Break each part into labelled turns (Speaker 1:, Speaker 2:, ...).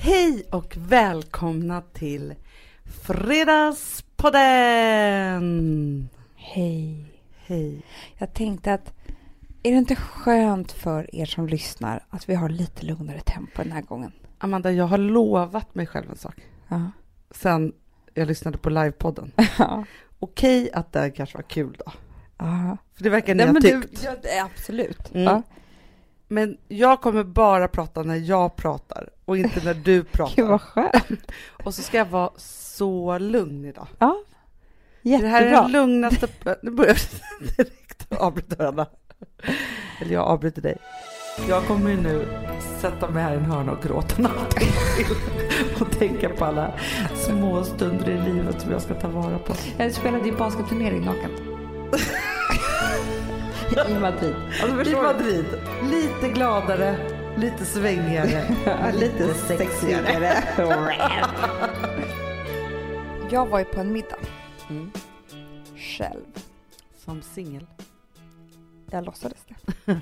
Speaker 1: Hej och välkomna till Fredagspodden!
Speaker 2: Hej.
Speaker 1: Hej.
Speaker 2: Jag tänkte att, är det inte skönt för er som lyssnar att vi har lite lugnare tempo den här gången?
Speaker 1: Amanda, jag har lovat mig själv en sak.
Speaker 2: Ja.
Speaker 1: Sen jag lyssnade på livepodden.
Speaker 2: Ja.
Speaker 1: Okej att det kanske var kul då.
Speaker 2: Ja.
Speaker 1: För det verkar ni ha tyckt.
Speaker 2: Ja, absolut.
Speaker 1: Mm.
Speaker 2: Ja.
Speaker 1: Men jag kommer bara prata när jag pratar och inte när du pratar.
Speaker 2: Gud vad skönt.
Speaker 1: Och så ska jag vara så lugn idag.
Speaker 2: Ja, jättebra.
Speaker 1: Det här är den lugnaste... Nu börjar jag direkt avbryta varandra. Eller jag avbryter dig. Jag kommer ju nu sätta mig här i en hörna och gråta natten och tänka på alla små stunder i livet som jag ska ta vara på.
Speaker 2: Jag spelade ju basketturnering naken. I Madrid.
Speaker 1: Alltså, i Madrid. Lite gladare, lite svängigare, lite sexigare.
Speaker 2: Jag var ju på en middag. Själv.
Speaker 1: Som singel.
Speaker 2: Jag låtsades det.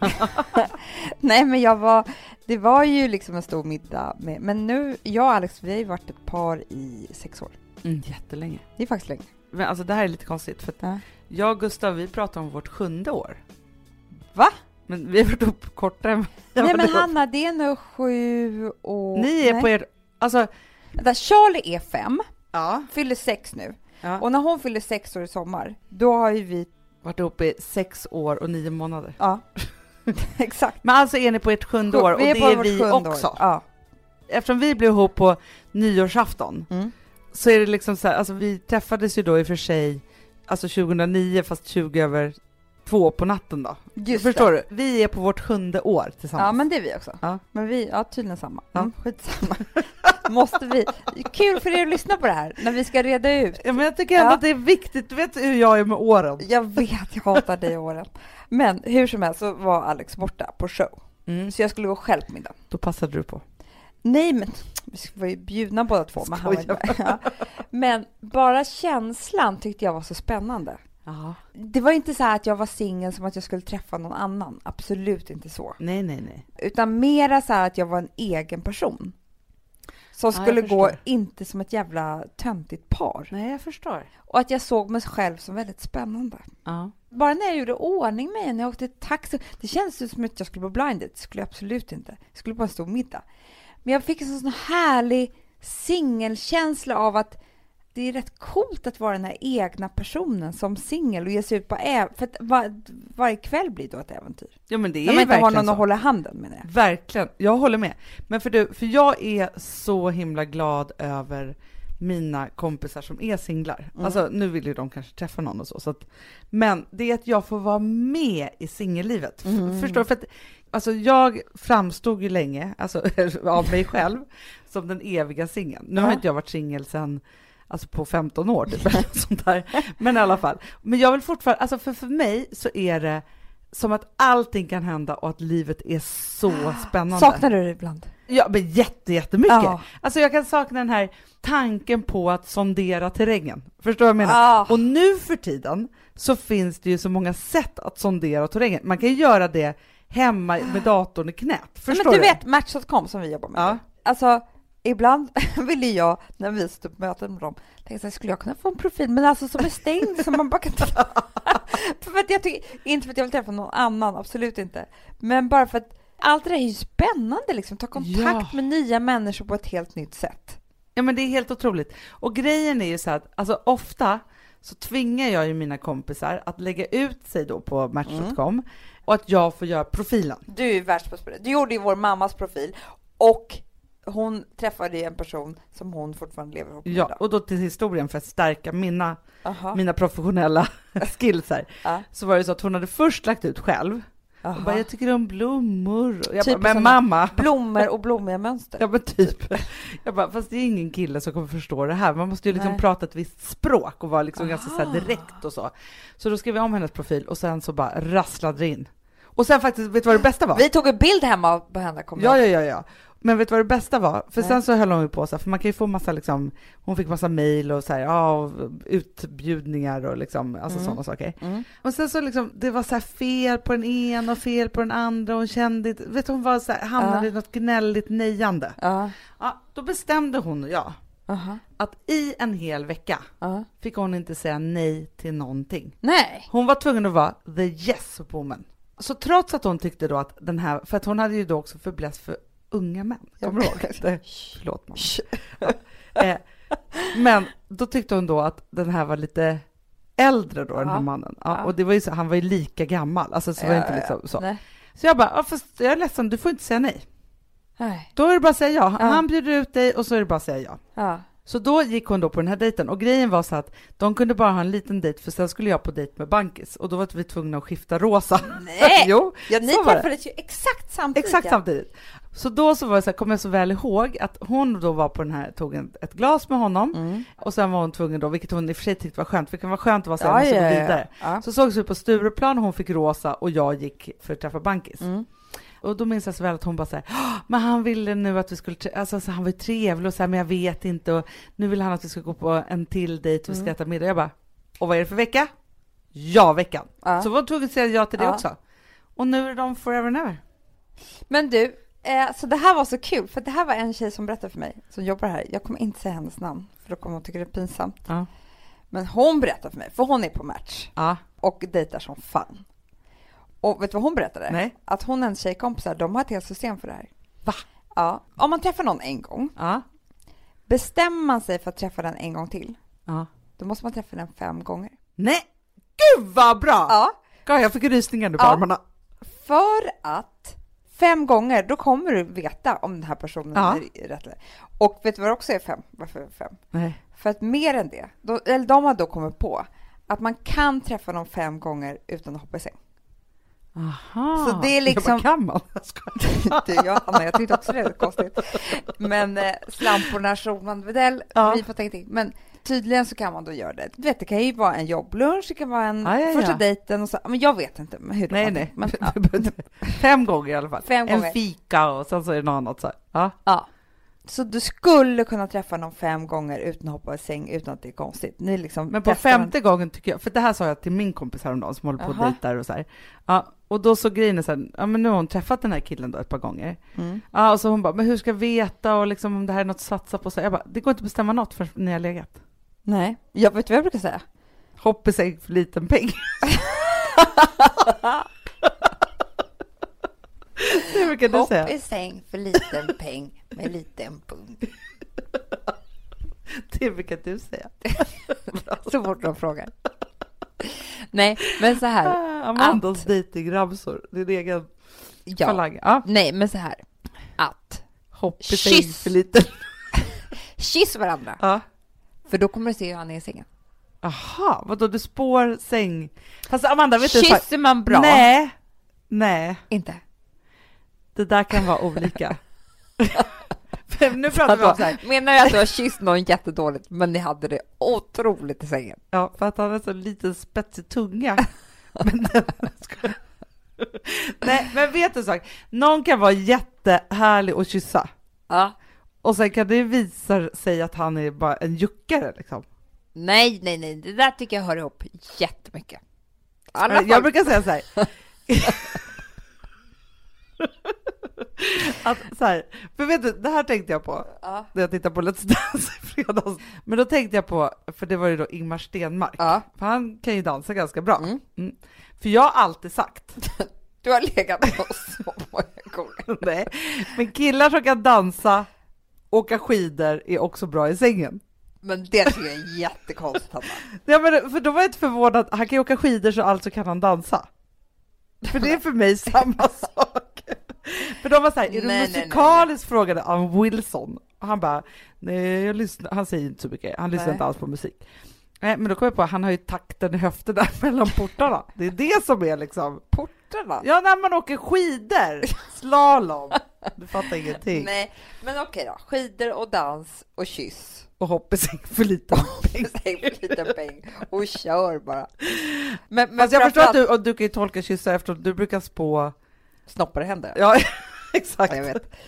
Speaker 2: Nej, men det var ju liksom en stor middag med, men nu, jag och Alex, vi har ju varit ett par i 6 år.
Speaker 1: Jättelänge.
Speaker 2: Det är faktiskt länge.
Speaker 1: Men alltså det här är lite konstigt för att jag och Gustav, vi pratar om vårt 7:e år.
Speaker 2: Va?
Speaker 1: Men vi har varit upp kortare.
Speaker 2: Nej, men Hanna, det är nog 7 år.
Speaker 1: Ni är på er, alltså.
Speaker 2: Charlie är 5,
Speaker 1: Ja.
Speaker 2: fyller 6 nu.
Speaker 1: Ja.
Speaker 2: Och när hon fyller 6 år i sommar, då har ju vi
Speaker 1: varit uppe i 6 år och 9 månader.
Speaker 2: Ja, exakt.
Speaker 1: Men alltså är ni på ert 7:e år och det är vi också.
Speaker 2: År. Ja.
Speaker 1: Eftersom vi blev ihop på nyårsafton så är det liksom så här, alltså vi träffades ju då i och för sig alltså 2009 fast 20:02 på natten då.
Speaker 2: Just
Speaker 1: Förstår
Speaker 2: det.
Speaker 1: du? Vi är på vårt 7:e år tillsammans.
Speaker 2: Ja, men det är vi också.
Speaker 1: Ja.
Speaker 2: Men vi, tydligen samma.
Speaker 1: Ja.
Speaker 2: Skitsamma. Måste vi. Kul för er att lyssna på det här när vi ska reda ut.
Speaker 1: Ja, men jag tycker ändå att det är viktigt. Du vet hur jag är med åren.
Speaker 2: Jag vet, jag hatar dig åren. Men hur som helst så var Alex borta på show. Så jag skulle gå själv på middag.
Speaker 1: Då passade du på.
Speaker 2: Nej, men vi var ju bjudna båda två. Men, han var inte med. Ja. Men bara känslan tyckte jag var så spännande.
Speaker 1: Aha.
Speaker 2: Det var inte så här att jag var singel som att jag skulle träffa någon annan. Absolut inte så.
Speaker 1: Nej.
Speaker 2: Utan mera så här att jag var en egen person. Som skulle gå inte som ett jävla töntigt par.
Speaker 1: Nej, jag förstår.
Speaker 2: Och att jag såg mig själv som väldigt spännande.
Speaker 1: Ja.
Speaker 2: Bara när jag gjorde ordning med när jag åkte taxi. Det känns som att jag skulle på blinded. Det skulle jag absolut inte. Jag skulle på en stor middag. Men jag fick en sån härlig singelkänsla av att det är rätt coolt att vara den här egna personen som singel och ge sig ut på för att varje kväll blir då ett äventyr.
Speaker 1: Ja, men det är
Speaker 2: när man inte har någon
Speaker 1: så.
Speaker 2: att hålla handen med det.
Speaker 1: Verkligen, jag håller med. Men för jag är så himla glad över mina kompisar som är singlar. Alltså nu vill ju de kanske träffa någon och så att, men det är att jag får vara med i singellivet. Förstår du? För att alltså jag framstod ju länge alltså av mig själv som den eviga singeln. Nu har inte jag varit singel sedan alltså på 15 år typ, eller sånt där. Men i alla fall. Men jag vill fortfarande, alltså för mig så är det som att allting kan hända och att livet är så spännande.
Speaker 2: Saknar du det ibland?
Speaker 1: Ja, men jättemycket.
Speaker 2: Ja.
Speaker 1: Alltså jag kan sakna den här tanken på att sondera terrängen. Förstår du vad jag menar?
Speaker 2: Ja.
Speaker 1: Och nu för tiden så finns det ju så många sätt att sondera terrängen. Man kan ju göra det hemma med datorn i knät. Förstår
Speaker 2: men du
Speaker 1: du?
Speaker 2: vet Match.com som vi jobbar med.
Speaker 1: Ja.
Speaker 2: Alltså ibland ville jag, när vi stod på möten med dem, tänkte jag, skulle jag kunna få en profil, men alltså som är stängd, som man bara kan för att jag tycker, inte för att jag vill träffa någon annan, absolut inte, men bara för att allt det där är ju spännande liksom, ta kontakt med nya människor på ett helt nytt sätt.
Speaker 1: Ja, men det är helt otroligt. Och grejen är ju så att, alltså ofta så tvingar jag ju mina kompisar att lägga ut sig då på Match.com och att jag får göra profilen.
Speaker 2: Du är ju världsbäst på det. Du gjorde ju vår mammas profil och hon träffade en person som hon fortfarande lever ihop med.
Speaker 1: Ja, och då till historien för att stärka mina professionella skills här. Så var det så att hon hade först lagt ut själv. Och bara, jag tycker om blommor. Och jag
Speaker 2: typ
Speaker 1: bara, men mamma.
Speaker 2: Blommor och blommiga mönster.
Speaker 1: Ja, men typ. Jag bara, fast det är ingen kille som kommer förstå det här. Man måste ju liksom prata ett visst språk och vara liksom ganska så här direkt och så. Så då skrev jag om hennes profil och sen så bara rasslade det in. Och sen faktiskt, vet du vad det bästa var?
Speaker 2: Vi tog en bild hemma på henne.
Speaker 1: Ja. Men vet du vad det bästa var? För sen så höll hon ju på så här, för man kan ju få massa liksom, hon fick massa mejl och så här, och utbjudningar och liksom, alltså sådana saker. Och sen så liksom, det var så här fel på den ena och fel på den andra och hon kände, vet du, hon var så här, hamnade i något gnälligt nejande. Ja, då bestämde hon och jag att i en hel vecka fick hon inte säga nej till någonting.
Speaker 2: Nej.
Speaker 1: Hon var tvungen att vara the yes woman. Så trots att hon tyckte då att den här, för att hon hade ju då också förbläst för unga män. Kommer du ihåg? Förlåt man. Men då tyckte hon då att den här var lite äldre då, den här mannen. Ja, och det var ju så, han var ju lika gammal. Alltså så var det inte liksom så. Nej. Så jag bara, fast jag är ledsen, du får inte säga nej. Då är det bara att säga ja. Han bjuder ut dig och så är det bara att säga ja. Så då gick hon då på den här dejten och grejen var så att de kunde bara ha en liten dejt för sen skulle jag på dejt med Bankis och då var vi tvungna att skifta rosa.
Speaker 2: Nej!
Speaker 1: Jo,
Speaker 2: ja, ni träffades ju exakt samtidigt.
Speaker 1: Exakt samtidigt. Så då så var det så här, kommer jag så väl ihåg att hon då var på den här, tog ett glas med honom och sen var hon tvungen då, vilket hon i och för sig tyckte var skönt, för det kan vara skönt att vara så här, måste gå vidare. Så sågs vi på Stureplan och hon fick rosa och jag gick för att träffa Bankis. Och då minns jag så väl att hon bara säger, men han ville nu att vi skulle, alltså så han var ju trevlig och så här, men jag vet inte och nu vill han att vi ska gå på en till dejt och vi ska äta middag. Jag bara, och vad är det för vecka? Ja, veckan. Så var hon tvungen att säga ja till det också. Och nu är de forever and ever.
Speaker 2: Men du, så det här var så kul, för det här var en tjej som berättade för mig, som jobbar här. Jag kommer inte säga hennes namn, för då kommer hon tycka det är pinsamt. Men hon berättade för mig, för hon är på Match och dejtar som fan. Och vet du vad hon berättade?
Speaker 1: Nej.
Speaker 2: Att hon och en tjejkompisar, de har ett helt system för det här.
Speaker 1: Va?
Speaker 2: Ja. Om man träffar någon en gång, bestämmer man sig för att träffa den en gång till, då måste man träffa den 5 gånger.
Speaker 1: Nej, gud vad bra! God, jag fick rysningar nu på armarna.
Speaker 2: För att 5 gånger, då kommer du veta om den här personen är rätt. Och vet du vad det också är 5? Varför 5? Nej. För att mer än det, de har då kommit på att man kan träffa dem 5 gånger utan att hoppa i säng.
Speaker 1: Aha,
Speaker 2: så det är liksom
Speaker 1: kan man.
Speaker 2: Jag tyckte också det var konstigt. Men slamporna Schulman Vedell, vi får tänka till. Men tydligen så kan man då göra det. Du vet, det kan ju vara en jobblunch, det kan vara en första dejten och så. Men jag vet inte hur det
Speaker 1: nej. Men, 5 gånger i alla fall.
Speaker 2: 5 gånger.
Speaker 1: En fika och sen så är det något annat så här.
Speaker 2: Ja. Så du skulle kunna träffa någon 5 gånger utan att hoppa i säng, utan att det är konstigt. Ni liksom,
Speaker 1: men på 5:e gången tycker jag, för det här sa jag till min kompis häromdagen som håller på och dejtar och så här. Ja, och då så grejen är så här, ja men nu har hon träffat den här killen då ett par gånger. Ja, och så hon bara, men hur ska jag veta och liksom om det här är något att satsa på? Så jag bara, det går inte att bestämma något för ni har legat.
Speaker 2: Nej, jag vet vad jag brukar säga.
Speaker 1: Hopp i säng för liten peng. Det brukar du säga.
Speaker 2: Hopp i säng för liten peng med liten pung.
Speaker 1: Det brukar du säga.
Speaker 2: Så fort de frågar. Nej, men så här.
Speaker 1: Amandas dejtingramsor. Din egen falang. Ja.
Speaker 2: Nej, men så här. Att
Speaker 1: hopp i säng för liten.
Speaker 2: Kyss varandra.
Speaker 1: Ja.
Speaker 2: För då kommer du se hur han är i sängen.
Speaker 1: Aha, vadå? Du spår säng. Fast Amanda, vet du.
Speaker 2: Kysser man bra?
Speaker 1: Nej.
Speaker 2: Inte.
Speaker 1: Det där kan vara olika. Nu pratar vi om så här.
Speaker 2: Menar jag att du har kysst någon jättedåligt, men ni hade det otroligt i sängen?
Speaker 1: Ja, för att han har så liten spetsig tunga. Men nej, men vet du sak? Någon kan vara jättehärlig att kyssa.
Speaker 2: Ja.
Speaker 1: Och sen kan det visa sig att han är bara en juckare liksom.
Speaker 2: Nej. Det där tycker jag hör ihop jättemycket.
Speaker 1: Jag brukar säga så här. Att, så här, för vet du, det här tänkte jag på när jag tittade på Let's Dance i fredags. Men då tänkte jag på, för det var ju då Ingmar Stenmark. För han kan ju dansa ganska bra. För jag har alltid sagt.
Speaker 2: Du har legat med oss så många gånger.
Speaker 1: Nej, men killar som kan dansa, åka skidor är också bra i sängen.
Speaker 2: Men det tycker jag är jättekonstigt, Hanna.
Speaker 1: Ja, men för då var jag inte förvånad. Han kan ju åka skidor så alltså kan han dansa. För det är för mig samma sak. För de var så här, är du musikaliskt, frågade Ann Wilson. Och han bara, nej jag lyssnar, han säger inte så mycket, han lyssnar inte alls på musik. Nej, men då kom jag på, han har ju takten i höften där mellan portarna. Det är det som är liksom
Speaker 2: portarna.
Speaker 1: Ja, när man åker skidor, slalom. Du fattar ingenting.
Speaker 2: Nej, men okej då. Skidor och dans och kyss.
Speaker 1: Och hopp i säng för liten
Speaker 2: peng. Och kör bara. Men
Speaker 1: alltså jag förstår att du kan ju tolka kyssar eftersom du brukar spå
Speaker 2: snoppar händer.
Speaker 1: Ja, exakt.
Speaker 2: Ja, jag vet.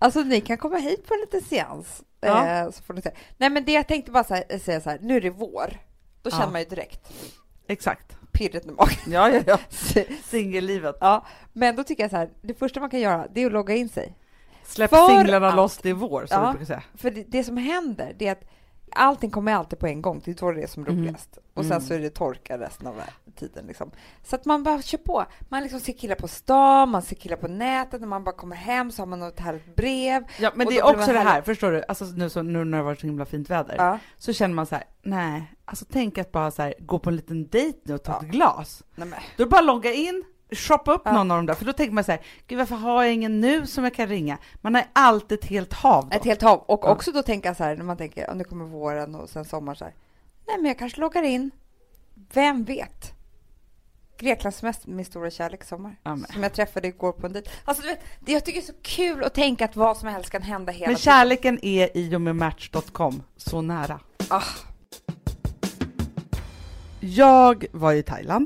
Speaker 2: Alltså ni kan komma hit på en liten seans.
Speaker 1: Ja.
Speaker 2: Så får ni se. Nej men det jag tänkte bara säga så här, nu är det vår. Då känner man ju direkt
Speaker 1: Exakt.
Speaker 2: pirret i magen.
Speaker 1: Ja. Singellivet.
Speaker 2: Ja, men då tycker jag så här, det första man kan göra det är att logga in sig.
Speaker 1: Släpp
Speaker 2: För
Speaker 1: singlarna
Speaker 2: att-
Speaker 1: loss, det är vår, som vi brukar säga.
Speaker 2: För det som händer det är att allting kommer alltid på en gång. Det är då det är som roligast. Och sen så är det torka resten av tiden. Liksom. Så att man bara kör på. Man liksom ser killar på stan, man ser killar på nätet. När man bara kommer hem så har man något härligt brev.
Speaker 1: Ja, men
Speaker 2: Och
Speaker 1: det
Speaker 2: då
Speaker 1: är
Speaker 2: blir
Speaker 1: också
Speaker 2: man
Speaker 1: det här,
Speaker 2: härligt.
Speaker 1: förstår du? Alltså nu när det har varit så himla fint väder,
Speaker 2: Ja.
Speaker 1: så känner man så här, nej, alltså tänk att bara så här, gå på en liten dejt nu och ta ett glas.
Speaker 2: Nej, men.
Speaker 1: Då är det bara att logga in, shoppa upp någon av dem där, för då tänker man så här, gud varför har jag ingen nu som jag kan ringa? Man har alltid ett helt hav då.
Speaker 2: Ett helt hav. Och också då tänka så här, när man tänker, om det kommer våren och sen sommar så här. Nej, men jag kanske loggar in. Vem vet? Greklandssemester, min stora kärlek i sommar.
Speaker 1: Ja, men.
Speaker 2: Som jag träffade igår på en dejt. Alltså du vet, det jag tycker är så kul att tänka att vad som helst kan hända hela
Speaker 1: Men
Speaker 2: tiden.
Speaker 1: kärleken är i och med Match.com så nära.
Speaker 2: Ah.
Speaker 1: Jag var i Thailand.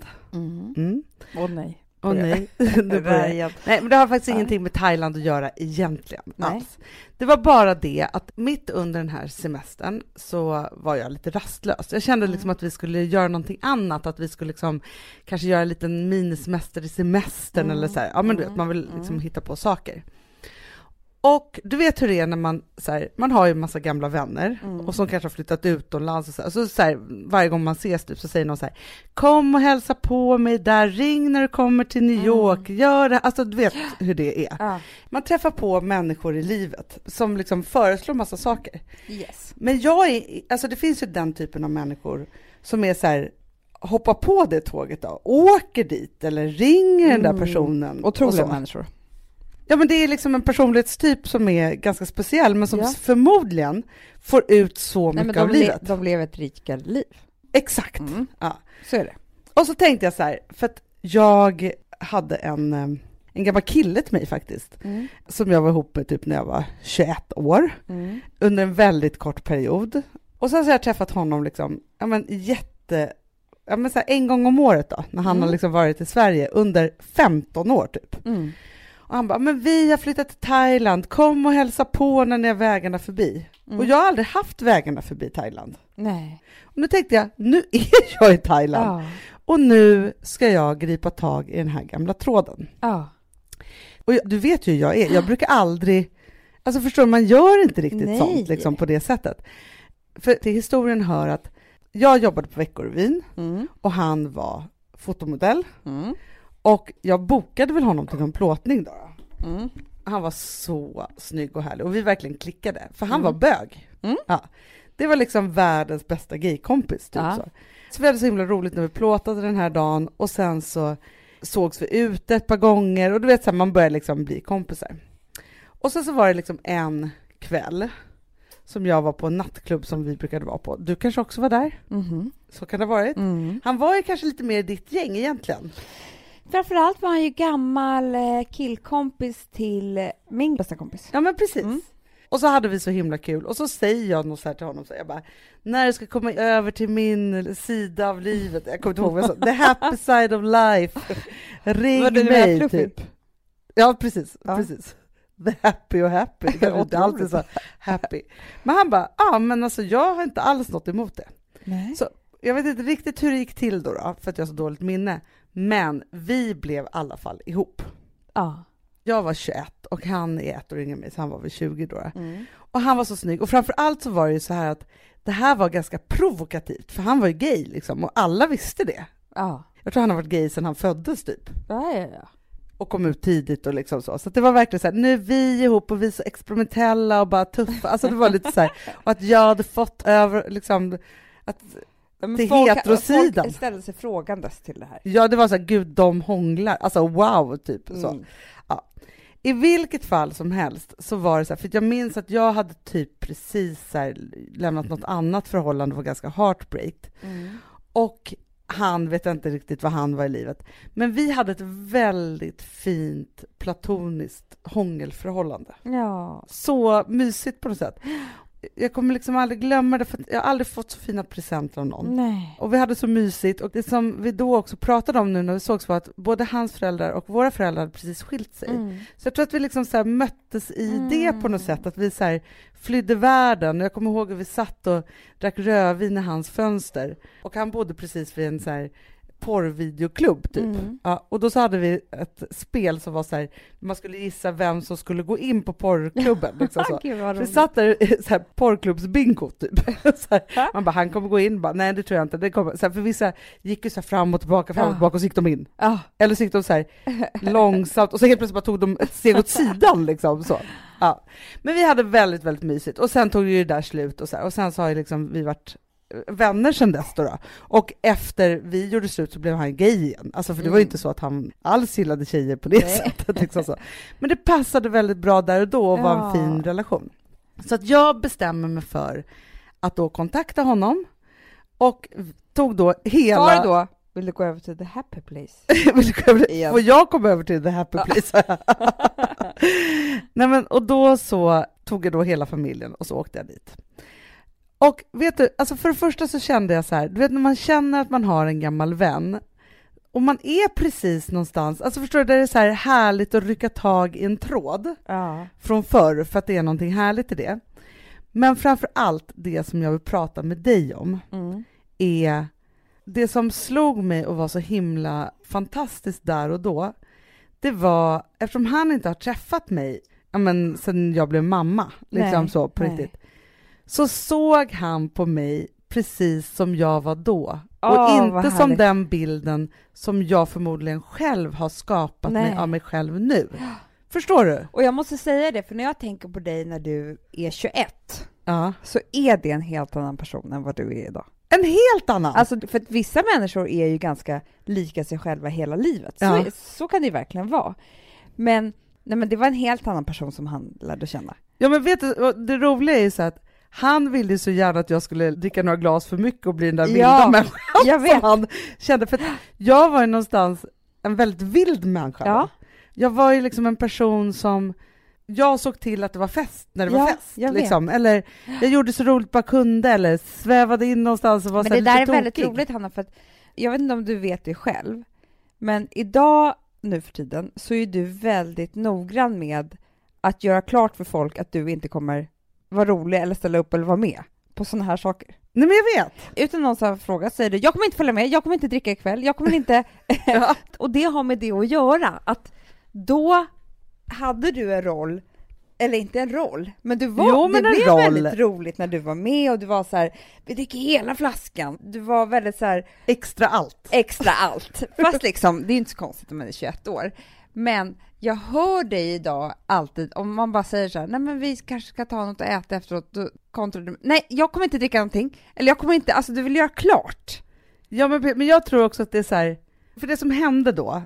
Speaker 2: Åh nej.
Speaker 1: Åh nej. Nu börjar jag. Nej, men det har faktiskt ingenting med Thailand att göra egentligen.
Speaker 2: Nej.
Speaker 1: Alls. Det var bara det att mitt under den här semestern så var jag lite rastlös. Jag kände liksom att vi skulle göra någonting annat, att vi skulle liksom kanske göra en liten minisemester i semestern eller så här. Ja, men du vet, man vill liksom hitta på saker. Och du vet hur det är när man så här, man har ju en massa gamla vänner och som kanske har flyttat utomlands och så här, varje gång man ses typ, så säger någon så här, kom och hälsa på mig där, ring när du kommer till New York, gör det, alltså du vet hur det är.
Speaker 2: Ja.
Speaker 1: Man träffar på människor i livet som liksom föreslår massa saker.
Speaker 2: Yes.
Speaker 1: Men alltså det finns ju den typen av människor som är så här, hoppa på det tåget då, åker dit eller ringer den där personen.
Speaker 2: Otroliga
Speaker 1: och så.
Speaker 2: människor.
Speaker 1: Ja, men det är liksom en personlighetstyp som är ganska speciell, men som förmodligen får ut så mycket av livet.
Speaker 2: De lever ett rikare liv.
Speaker 1: Exakt. Ja.
Speaker 2: Så är det.
Speaker 1: Och så tänkte jag så här, för att jag hade en gammal kille till mig faktiskt, som jag var ihop med typ när jag var 21 år, under en väldigt kort period. Och sen så har jag träffat honom liksom, så här, en gång om året då, när han har liksom varit i Sverige under 15 år typ. Och han bara, men vi har flyttat till Thailand, kom och hälsa på när ni har vägarna förbi. Och jag har aldrig haft vägarna förbi Thailand.
Speaker 2: Nej.
Speaker 1: Och nu tänkte jag, nu är jag i Thailand.
Speaker 2: Ja.
Speaker 1: Och nu ska jag gripa tag i den här gamla tråden.
Speaker 2: Ja.
Speaker 1: Och du vet ju hur jag är, jag brukar aldrig, alltså förstår du, man gör inte riktigt sånt liksom på det sättet. För till historien hör att jag jobbade på Veckorevyn och han var fotomodell. Och jag bokade väl honom till någon plåtning då. Han var så snygg och härlig. Och vi verkligen klickade. För han var bög. Ja. Det var liksom världens bästa gaykompis. Typ så vi hade så himla roligt när vi plåtade den här dagen. Och sen så sågs vi ute ett par gånger. Och du vet, så här, man började liksom bli kompisar. Och sen så var det liksom en kväll som jag var på en nattklubb som vi brukade vara på. Du kanske också var där? Så kan det ha varit. Han var ju kanske lite mer i ditt gäng egentligen.
Speaker 2: Framförallt var han ju gammal killkompis till min bästa kompis.
Speaker 1: Ja, men precis. Och så hade vi så himla kul. Och så säger jag något så här till honom. Så jag bara, när du ska komma över till min sida av livet. Jag kommer inte ihåg vad jag sa. The happy side of life. Ring mig typ. Ja, precis. Precis. The happy och happy. Det är inte alltid så happy. Men han bara, men alltså jag har inte alls något emot det.
Speaker 2: Nej.
Speaker 1: Så jag vet inte riktigt hur det gick till då, för att jag har så dåligt minne. Men vi blev i alla fall ihop.
Speaker 2: Ja.
Speaker 1: Jag var 21 och han är 1 år yngre än mig, så han var väl 20 då. Och han var så snygg. Och framförallt så var det ju så här att det här var ganska provokativt, för han var ju gay liksom, och alla visste det.
Speaker 2: Ja.
Speaker 1: Jag tror han har varit gay sedan han föddes typ.
Speaker 2: Ja.
Speaker 1: Och kom ut tidigt och liksom så. Så det var verkligen så här, nu är vi ihop och vi är så experimentella och bara tuffa. Alltså det var lite så här, och att jag hade fått över liksom att till heterosidan.
Speaker 2: Folk ställde sig frågandes till det här.
Speaker 1: Ja, det var så här, gud, de hånglar. Alltså wow, typ så. Ja. I vilket fall som helst så var det så här, för jag minns att jag hade typ precis så här, lämnat något annat förhållande, var ganska heartbreak. Och han vet inte riktigt vad han var i livet. Men vi hade ett väldigt fint platoniskt hångelförhållande.
Speaker 2: Ja.
Speaker 1: Så mysigt på något sätt. jag kommer liksom aldrig glömma det, för jag har aldrig fått så fina presenter av någon.
Speaker 2: Nej.
Speaker 1: Och vi hade så mysigt, och det som vi då också pratade om nu när vi sågs var att både hans föräldrar och våra föräldrar hade precis skilt sig. Så jag tror att vi liksom så här möttes i det på något sätt, att vi så här flydde världen. Jag kommer ihåg att vi satt och drack rödvin i hans fönster, och han bodde precis vid en så här porrvideoklubb typ. Ja, och då så hade vi ett spel som var så här, man skulle gissa vem som skulle gå in på porrklubben liksom så. Vi satt där så här porrklubbsbingo typ. Så här, man bara, han kommer gå in, bara, nej det tror jag inte, det kommer. Så här, för vissa gick ju så här fram och tillbaka och så gick de in. Eller så gick de så här långsamt, och så helt plötsligt bara tog de ett steg åt sidan liksom så. Ja. Men vi hade väldigt, väldigt mysigt, och sen tog ju det där slut och så här, och sen så har ju liksom vi varit vänner sedan dess då. Och efter vi gjorde slut så blev han gay igen. Alltså för det var ju inte så att han alls gillade tjejer på det sättet. Liksom så. Men det passade väldigt bra där och då och var en fin relation. Så att jag bestämmer mig för att då kontakta honom, och tog då hela...
Speaker 2: Var det då? Vill du gå över till the happy place?
Speaker 1: Och jag kom över till the happy place. Nej, men, och då så tog jag då hela familjen och så åkte jag dit. Och vet du, alltså för det första så kände jag så här, du vet när man känner att man har en gammal vän och man är precis någonstans, alltså förstår du, det är så här härligt att rycka tag i en tråd från förr, för att det är någonting härligt i det. Men framför allt det som jag vill prata med dig om är det som slog mig och var så himla fantastiskt där och då. Det var, eftersom han inte har träffat mig sen jag blev mamma, liksom så på riktigt. Så såg han på mig precis som jag var då. Och inte som den bilden som jag förmodligen själv har skapat mig av mig själv nu. Förstår du?
Speaker 2: Och jag måste säga det, för när jag tänker på dig när du är 21 så är det en helt annan person än vad du är idag.
Speaker 1: En helt annan?
Speaker 2: Alltså, för att vissa människor är ju ganska lika sig själva hela livet. Så kan det ju verkligen vara. Men det var en helt anna person som han lärde känna.
Speaker 1: Ja, men vet du, det roliga är ju så att han ville så gärna att jag skulle dricka några glas för mycket och bli den där vilda människan.
Speaker 2: Jag vet.
Speaker 1: Han kände, för att jag var ju någonstans en väldigt vild människa.
Speaker 2: Ja.
Speaker 1: Jag var ju liksom en person som jag såg till att det var fest när det var fest. Liksom. Eller jag gjorde så roligt bara kunde, eller svävade in någonstans och var så lite tokig. Men det där är väldigt roligt,
Speaker 2: Hanna, för att jag vet inte om du vet det själv, men idag, nu för tiden, så är du väldigt noggrann med att göra klart för folk att du inte kommer vara rolig eller ställa upp eller vara med på såna här saker.
Speaker 1: Nej, men jag vet.
Speaker 2: Utan någon som frågar säger du, jag kommer inte följa med, jag kommer inte dricka ikväll, jag kommer inte... Och det har med det att göra, att då hade du en roll, eller inte en roll, men det blev väldigt roligt när du var med, och du var så här, vi dricker hela flaskan. Du var väldigt så här... Extra allt. Fast liksom, det är inte så konstigt om man är 21 år. Men jag hör dig idag alltid, om man bara säger så här, nej men vi kanske ska ta något att äta efteråt, då kontra du, nej jag kommer inte dricka någonting, eller jag kommer inte, alltså du vill göra klart.
Speaker 1: Ja, men jag tror också att det är så här, för det som hände då,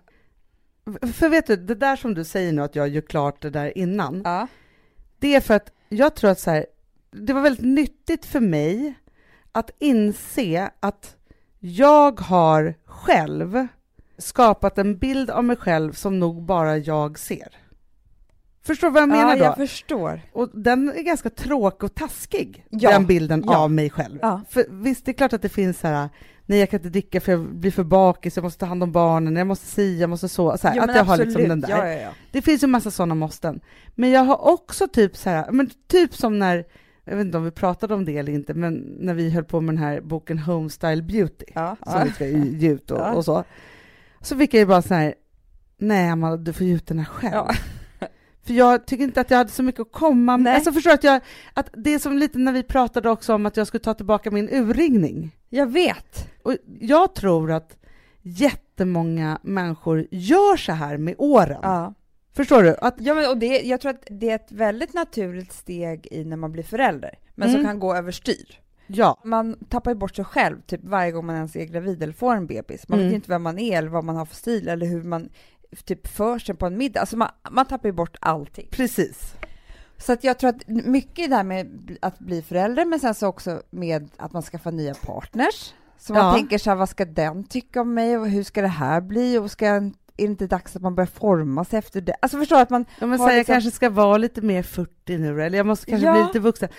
Speaker 1: för vet du, det där som du säger nu att jag gör klart det där innan, det är för att jag tror att så här, det var väldigt nyttigt för mig att inse att jag har själv skapat en bild av mig själv som nog bara jag ser. Förstår du vad jag menar då?
Speaker 2: Ja, jag förstår.
Speaker 1: Och den är ganska tråkig och taskig, den bilden av mig själv. Ja. För visst, det är klart att det finns så här, nej jag kan inte dricka för jag blir för bakis, jag måste ta hand om barnen, jag måste jag måste så här, att jag har liksom den där.
Speaker 2: Ja.
Speaker 1: Det finns ju en massa sådana måsten. Men jag har också typ så här, men typ som när, jag vet inte om vi pratade om det eller inte, men när vi höll på med den här boken Homestyle Beauty, som vi ska ge ut och så. Så fick jag ju bara så här, nej Amanda, du får ge ut den här själv. Ja. För jag tycker inte att jag hade så mycket att komma med. Alltså förstår att det är som lite när vi pratade också om att jag skulle ta tillbaka min urringning.
Speaker 2: Jag vet.
Speaker 1: Och jag tror att jättemånga människor gör så här med åren. Ja. Förstår du?
Speaker 2: Jag tror att det är ett väldigt naturligt steg i när man blir förälder. Men som kan gå överstyr.
Speaker 1: Ja.
Speaker 2: Man tappar ju bort sig själv typ varje gång man ens är gravid eller får en bebis. Man vet ju inte vem man är eller vad man har för stil eller hur man typ för sig på en middag. Alltså man tappar ju bort allting.
Speaker 1: Precis.
Speaker 2: Så att jag tror att mycket där med att bli förälder, men sen så också med att man skaffar nya partners. Så man tänker så här, vad ska den tycka om mig och hur ska det här bli och är det inte dags att man börjar forma sig efter det? Alltså förstår att man...
Speaker 1: Jag kanske ska vara lite mer 40 nu eller jag måste kanske bli lite vuxen.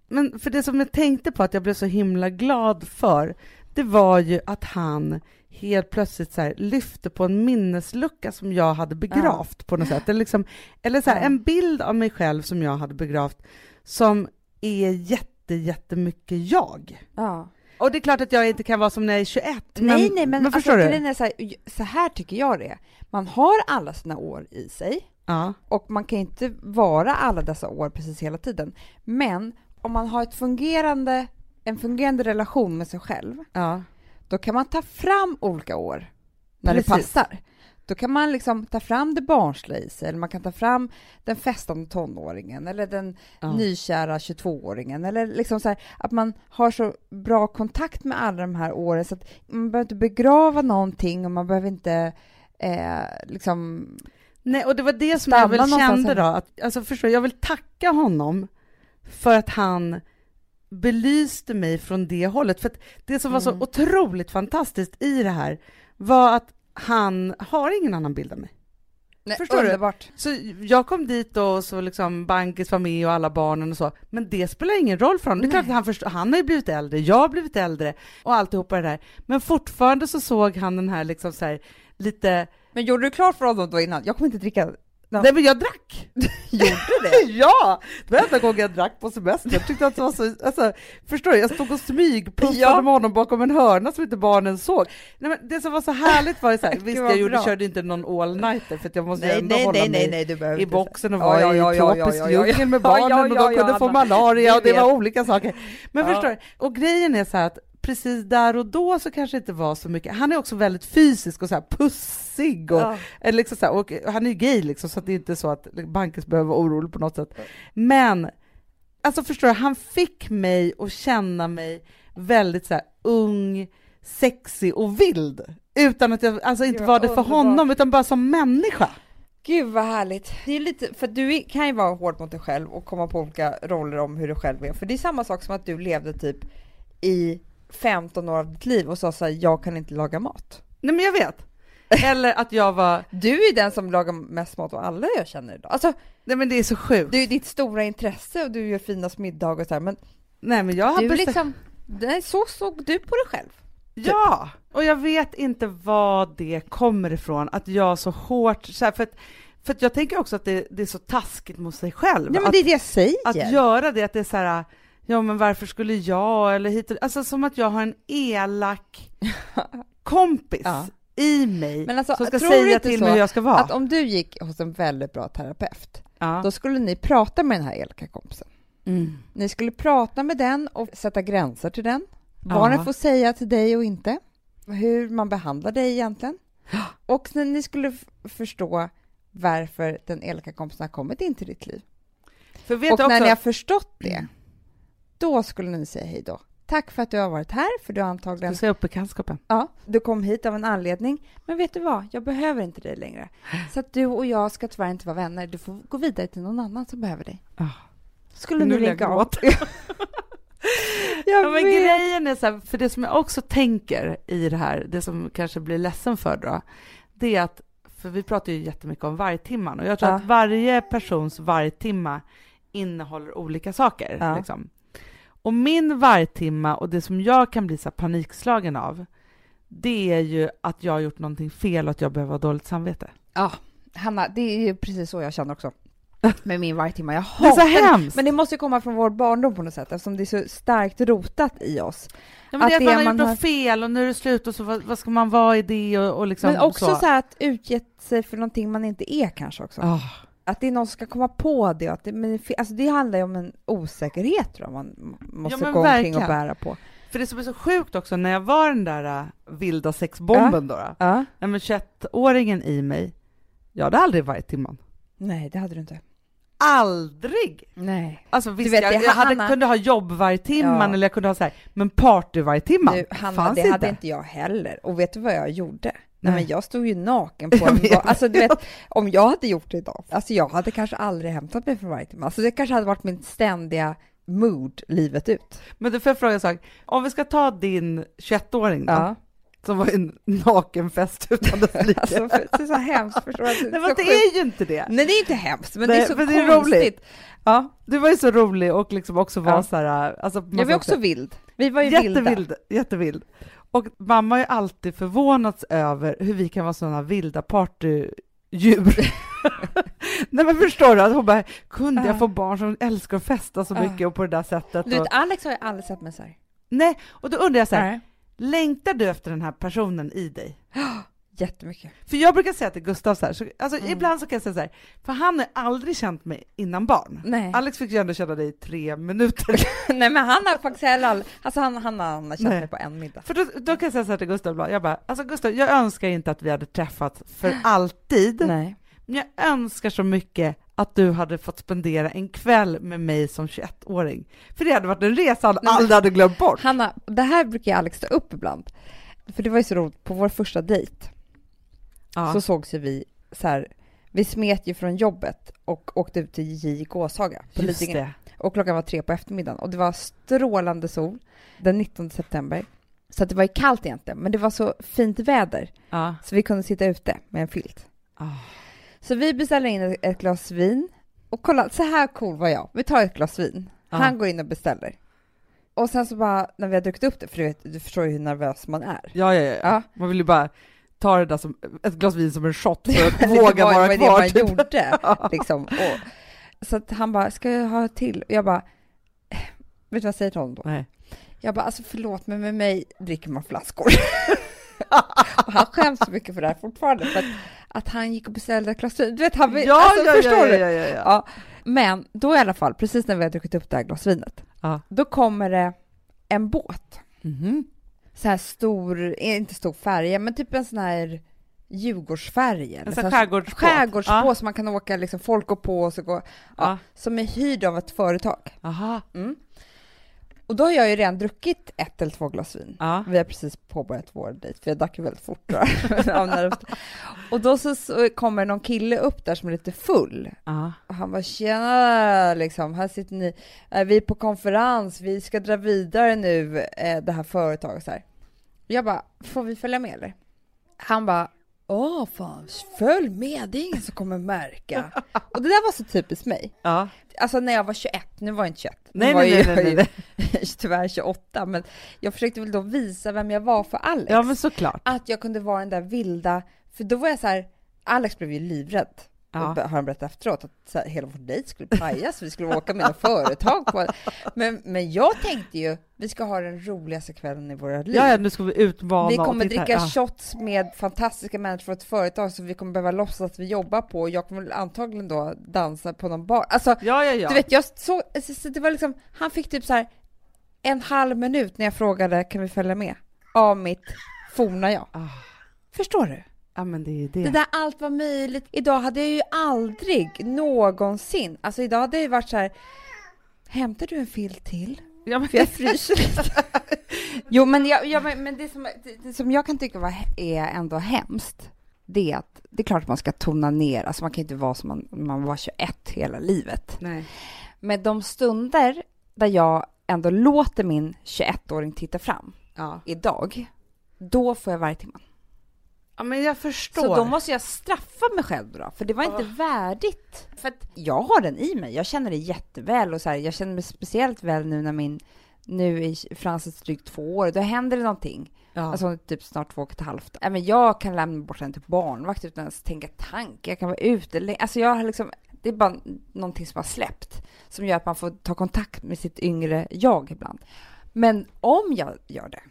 Speaker 1: Men för det som jag tänkte på att jag blev så himla glad för, det var ju att han helt plötsligt så här lyfte på en minneslucka som jag hade begravt på något sätt. Eller så här, en bild av mig själv som jag hade begravt som är jättemycket jag.
Speaker 2: Ja.
Speaker 1: Och det är klart att jag inte kan vara som när jag är 21.
Speaker 2: Nej, men
Speaker 1: förstår
Speaker 2: alltså,
Speaker 1: du?
Speaker 2: Är så här tycker jag det. Man har alla sina år i sig.
Speaker 1: Ja.
Speaker 2: Och man kan inte vara alla dessa år precis hela tiden. Men om man har en fungerande relation med sig själv, då kan man ta fram olika år när det passar. Då kan man liksom ta fram det barnsliga i sig, eller man kan ta fram den festande tonåringen eller den nykära 22-åringen, eller liksom så här, att man har så bra kontakt med alla de här åren så att man behöver inte begrava någonting och man behöver inte liksom...
Speaker 1: Nej, och det var det som jag väl kände då, att, alltså förstår jag vill tacka honom för att han belyste mig från det hållet, för att det som var så otroligt fantastiskt i det här var att han har ingen annan bild av mig.
Speaker 2: Nej,
Speaker 1: förstår
Speaker 2: underbart.
Speaker 1: du? Så jag kom dit och så liksom Bankis familj och alla barnen och så, men det spelar ingen roll för honom. Det är klart att han har ju blivit äldre, jag har blivit äldre och alltihopa det där, men fortfarande så såg han den här liksom så här lite...
Speaker 2: Men gjorde du klart för honom då innan? Jag kommer inte dricka.
Speaker 1: Nej, men jag drack.
Speaker 2: Gjorde det?
Speaker 1: Ja, det var enda gången jag drack på semester. Jag tyckte att det var så, alltså, förstår du, jag stod och smygpuffade med honom bakom en hörna som inte barnen såg. Nej, men det som var så härligt var ju så här, visst jag körde inte någon all-nighter för att jag måste ändå hålla mig i boxen och vara i tropisk djungel med barnen och de kunde få malaria och det var olika saker. Men förstår du, och grejen är så här att precis där och då så kanske inte var så mycket. Han är också väldigt fysisk och så här pussig och, eller liksom så här, och han är ju gay liksom, så att det är inte så att Bankis behöver vara orolig på något sätt. Men alltså förstår du, han fick mig att känna mig väldigt så här ung, sexig och vild utan att jag alltså inte var det för honom utan bara som människa.
Speaker 2: Gud vad härligt. Det är lite, för du kan ju vara hård mot dig själv och komma på olika roller om hur du själv är. För det är samma sak som att du levde typ i 15 år av ditt liv och sa så här, jag kan inte laga mat.
Speaker 1: Nej, men jag vet. Eller att jag var...
Speaker 2: Du är den som lagar mest mat av alla jag känner idag. Alltså,
Speaker 1: nej, men det är så sjukt.
Speaker 2: Det är ditt stora intresse och du gör fina middagar och så här, men...
Speaker 1: Nej, men jag har
Speaker 2: du liksom... Nej, så såg du på dig själv. Typ.
Speaker 1: Ja, och jag vet inte vad det kommer ifrån. Att jag så hårt... Så här, för att jag tänker också att det är så taskigt mot sig själv.
Speaker 2: Ja, men det är det jag säger.
Speaker 1: Att göra det, att det är så här... Ja, men varför skulle jag eller hit? Alltså som att jag har en elak kompis i mig,
Speaker 2: men alltså,
Speaker 1: som ska säga till mig hur jag ska vara.
Speaker 2: Att om du gick hos en väldigt bra terapeut, då skulle ni prata med den här elaka kompisen. Ni skulle prata med den och sätta gränser till den. Vad den får säga till dig och inte. Hur man behandlar dig egentligen. Och sen ni skulle förstå varför den elaka kompisen har kommit in till ditt liv.
Speaker 1: För vet
Speaker 2: och
Speaker 1: också...
Speaker 2: när ni har förstått det, då skulle ni säga hej då. Tack för att du har varit här, för du har antagligen...
Speaker 1: Du säger upp bekantskapen.
Speaker 2: Ja, du kom hit av en anledning. Men vet du vad? Jag behöver inte dig längre. Så att du och jag ska tyvärr inte vara vänner. Du får gå vidare till någon annan som behöver dig. Skulle nu lägga av.
Speaker 1: Ja, men grejen är så här, för det som jag också tänker i det här, det som kanske blir ledsen för då, det är att, för vi pratar ju jättemycket om vargtimman och jag tror att varje persons vargtimma innehåller olika saker. Liksom. Och min vargtimma och det som jag kan bli så panikslagen av, det är ju att jag har gjort någonting fel och att jag behöver ha dåligt samvete.
Speaker 2: Ja, Hanna, det är ju precis så jag känner också. Med min vargtimma. Jag
Speaker 1: hatar det. Är så hemskt.
Speaker 2: Men det måste ju komma från vår barndom på något sätt, eftersom det är så starkt rotat i oss.
Speaker 1: Ja, men att det är att man har gjort fel och nu är det slut och så vad ska man vara i det och liksom.
Speaker 2: Men också så här att utgett sig för någonting man inte är kanske också. Att det är någon som ska komma på det. Att alltså det handlar ju om en osäkerhet tror jag man måste gå omkring och bära på.
Speaker 1: För det som är så sjukt också, när jag var den där vilda sexbomben då. Nej, men 21-åringen i mig, jag hade aldrig varit timman.
Speaker 2: Nej, det hade du inte.
Speaker 1: Aldrig!
Speaker 2: Nej.
Speaker 1: Alltså visst, jag kunde ha jobb varje timman eller jag kunde ha så här, men party varje timman.
Speaker 2: Nu, Hanna, det hade inte jag heller. Och vet du vad jag gjorde? Nej, men jag stod ju naken på en alltså du vet, om jag hade gjort det idag, alltså jag hade kanske aldrig hämtat mig från varje timme. Alltså det kanske hade varit min ständiga mood livet ut.
Speaker 1: Men du får jag fråga en sak. Om vi ska ta din 21-åring då, som var en nakenfest utan dess like.
Speaker 2: Alltså, det är så hemskt, förstår du?
Speaker 1: Nej, men det är ju inte det.
Speaker 2: Nej, det är inte hemskt, men
Speaker 1: Nej,
Speaker 2: det är så
Speaker 1: men det är
Speaker 2: konstigt.
Speaker 1: roligt.
Speaker 2: Ja,
Speaker 1: Du var ju så rolig och liksom också var
Speaker 2: Ja.
Speaker 1: så här... Alltså,
Speaker 2: jag var också vild. Vi var ju vilda.
Speaker 1: Jättevild. Och mamma har ju alltid förvånats över hur vi kan vara sådana vilda partydjur. Nej, men förstår du? Att hon bara, kunde jag få barn som älskar att festa så mycket och på det där sättet?
Speaker 2: Du vet, Alex har ju aldrig sett mig så här.
Speaker 1: Nej, och då undrar jag så här,
Speaker 2: Nej.
Speaker 1: längtar du efter den här personen i dig?
Speaker 2: Jättemycket.
Speaker 1: För jag brukar säga till Gustav så här, ibland så kan jag säga så här, för han har aldrig känt mig innan barn.
Speaker 2: Nej.
Speaker 1: Alex fick ju ändå känna dig i 3 minuter.
Speaker 2: Nej, men han har faktiskt heller aldrig, alltså han har känt
Speaker 1: Nej.
Speaker 2: mig på en middag.
Speaker 1: För då kan jag säga så här till Gustav ibland, jag bara, alltså Gustav, jag önskar inte att vi hade träffats för alltid.
Speaker 2: Nej.
Speaker 1: Men jag önskar så mycket att du hade fått spendera en kväll med mig som 21-åring. För det hade varit en resa han aldrig hade glömt bort.
Speaker 2: Hanna, det här brukar jag Alex ta upp ibland. För det var ju så roligt, på vår första dejt så sågs ju vi så här, vi smet ju från jobbet och åkte ut till J. Gåshaga på
Speaker 1: Just
Speaker 2: Lidingö.
Speaker 1: det.
Speaker 2: Och klockan var 3 på eftermiddagen och det var strålande sol den 19 september. Så att det var ju kallt egentligen, men det var så fint väder
Speaker 1: Ja.
Speaker 2: så vi kunde sitta ute med en filt. Så vi beställer in ett glas vin och kolla, så här cool var jag. Vi tar ett glas vin. Han går in och beställer. Och sen så bara, när vi har druckit upp det, för du förstår ju hur nervös man är.
Speaker 1: Ja. Man vill ju bara ta det där som ett glas vin som en shot för att
Speaker 2: Det
Speaker 1: våga
Speaker 2: var
Speaker 1: vara
Speaker 2: det
Speaker 1: kvar.
Speaker 2: man
Speaker 1: Typ.
Speaker 2: gjorde. Liksom. Och, så att han bara, ska jag ha till? Och jag bara, vet du vad jag säger till honom då?
Speaker 1: Nej.
Speaker 2: Jag bara, alltså förlåt, men med mig dricker man flaskor. Och han skäms så mycket för det här fortfarande, för att han gick och beställde ett glas vin. Du vet, han, förstår du? Ja. Men då i alla fall, precis när vi har druckit upp det här glasvinet, då kommer det en båt. Så här stor, inte stor färja, men typ en sån här Djurgårdsfärja.
Speaker 1: En sån
Speaker 2: skärgårdsbåt som man kan åka, liksom, folk går på och så går, som är hyrd av ett företag.
Speaker 1: Aha.
Speaker 2: Och då har jag ju redan druckit 1 eller 2 glas vin.
Speaker 1: Ja.
Speaker 2: Vi har precis påbörjat vår dejt, för jag drack ju väldigt fort. Och då så kommer någon kille upp där som är lite full. Och han bara, tjena, liksom, här sitter ni. Vi är på konferens, vi ska dra vidare nu, det här företaget. Så här. Jag bara, får vi följa med eller? Han bara, fan, följ med, det är ingen som kommer märka. Och det där var så typiskt mig.
Speaker 1: Ja.
Speaker 2: Alltså när jag var 21, nu var jag inte 21.
Speaker 1: Nej.
Speaker 2: Tyvärr 28, men jag försökte väl då visa vem jag var för Alex.
Speaker 1: Ja, men såklart.
Speaker 2: Att jag kunde vara den där vilda, för då var jag så här, Alex blev ju livrädd. Har han berättat efteråt att så här, hela vår dejt skulle pajas, vi skulle åka med företag på. Men jag tänkte ju, vi ska ha den roligaste kvällen i våra liv.
Speaker 1: Ja, nu ska vi utmana.
Speaker 2: Vi kommer dricka shots med fantastiska människor från ett företag som vi kommer behöva låtsas att vi jobbar på, och jag kommer antagligen då dansa på någon bar. Alltså,
Speaker 1: ja.
Speaker 2: Du vet, jag så det var liksom, han fick typ så här 1/2 minut när jag frågade, kan vi följa med? Av mitt forna jag. Förstår du?
Speaker 1: Ja, men det är ju det.
Speaker 2: Det där allt var möjligt. Idag hade jag ju aldrig någonsin, alltså idag hade det varit så här, hämtar du en filt till?
Speaker 1: Ja, men
Speaker 2: för jag fryser lite. Jo, men, men det som jag kan tycka är ändå hemskt, det är att det är klart att man ska tona ner. Alltså man kan inte vara som man var 21 hela livet.
Speaker 1: Nej.
Speaker 2: Men de stunder där jag ändå låter min 21-åring titta fram idag, då får jag varje timman.
Speaker 1: Ja, men jag förstår.
Speaker 2: Så då måste jag straffa mig själv då, för det var inte värdigt. För att jag har den i mig, jag känner det jätteväl, och så här, jag känner mig speciellt väl nu när nu i Frances drygt 2 år, då händer det någonting. Alltså typ snart 2,5. Även jag kan lämna bort den till barnvakt utan ens tänka tanke. Jag kan vara ute. Alltså jag har liksom, det är bara någonting som har släppt, som gör att man får ta kontakt med sitt yngre jag ibland. Men om jag gör det,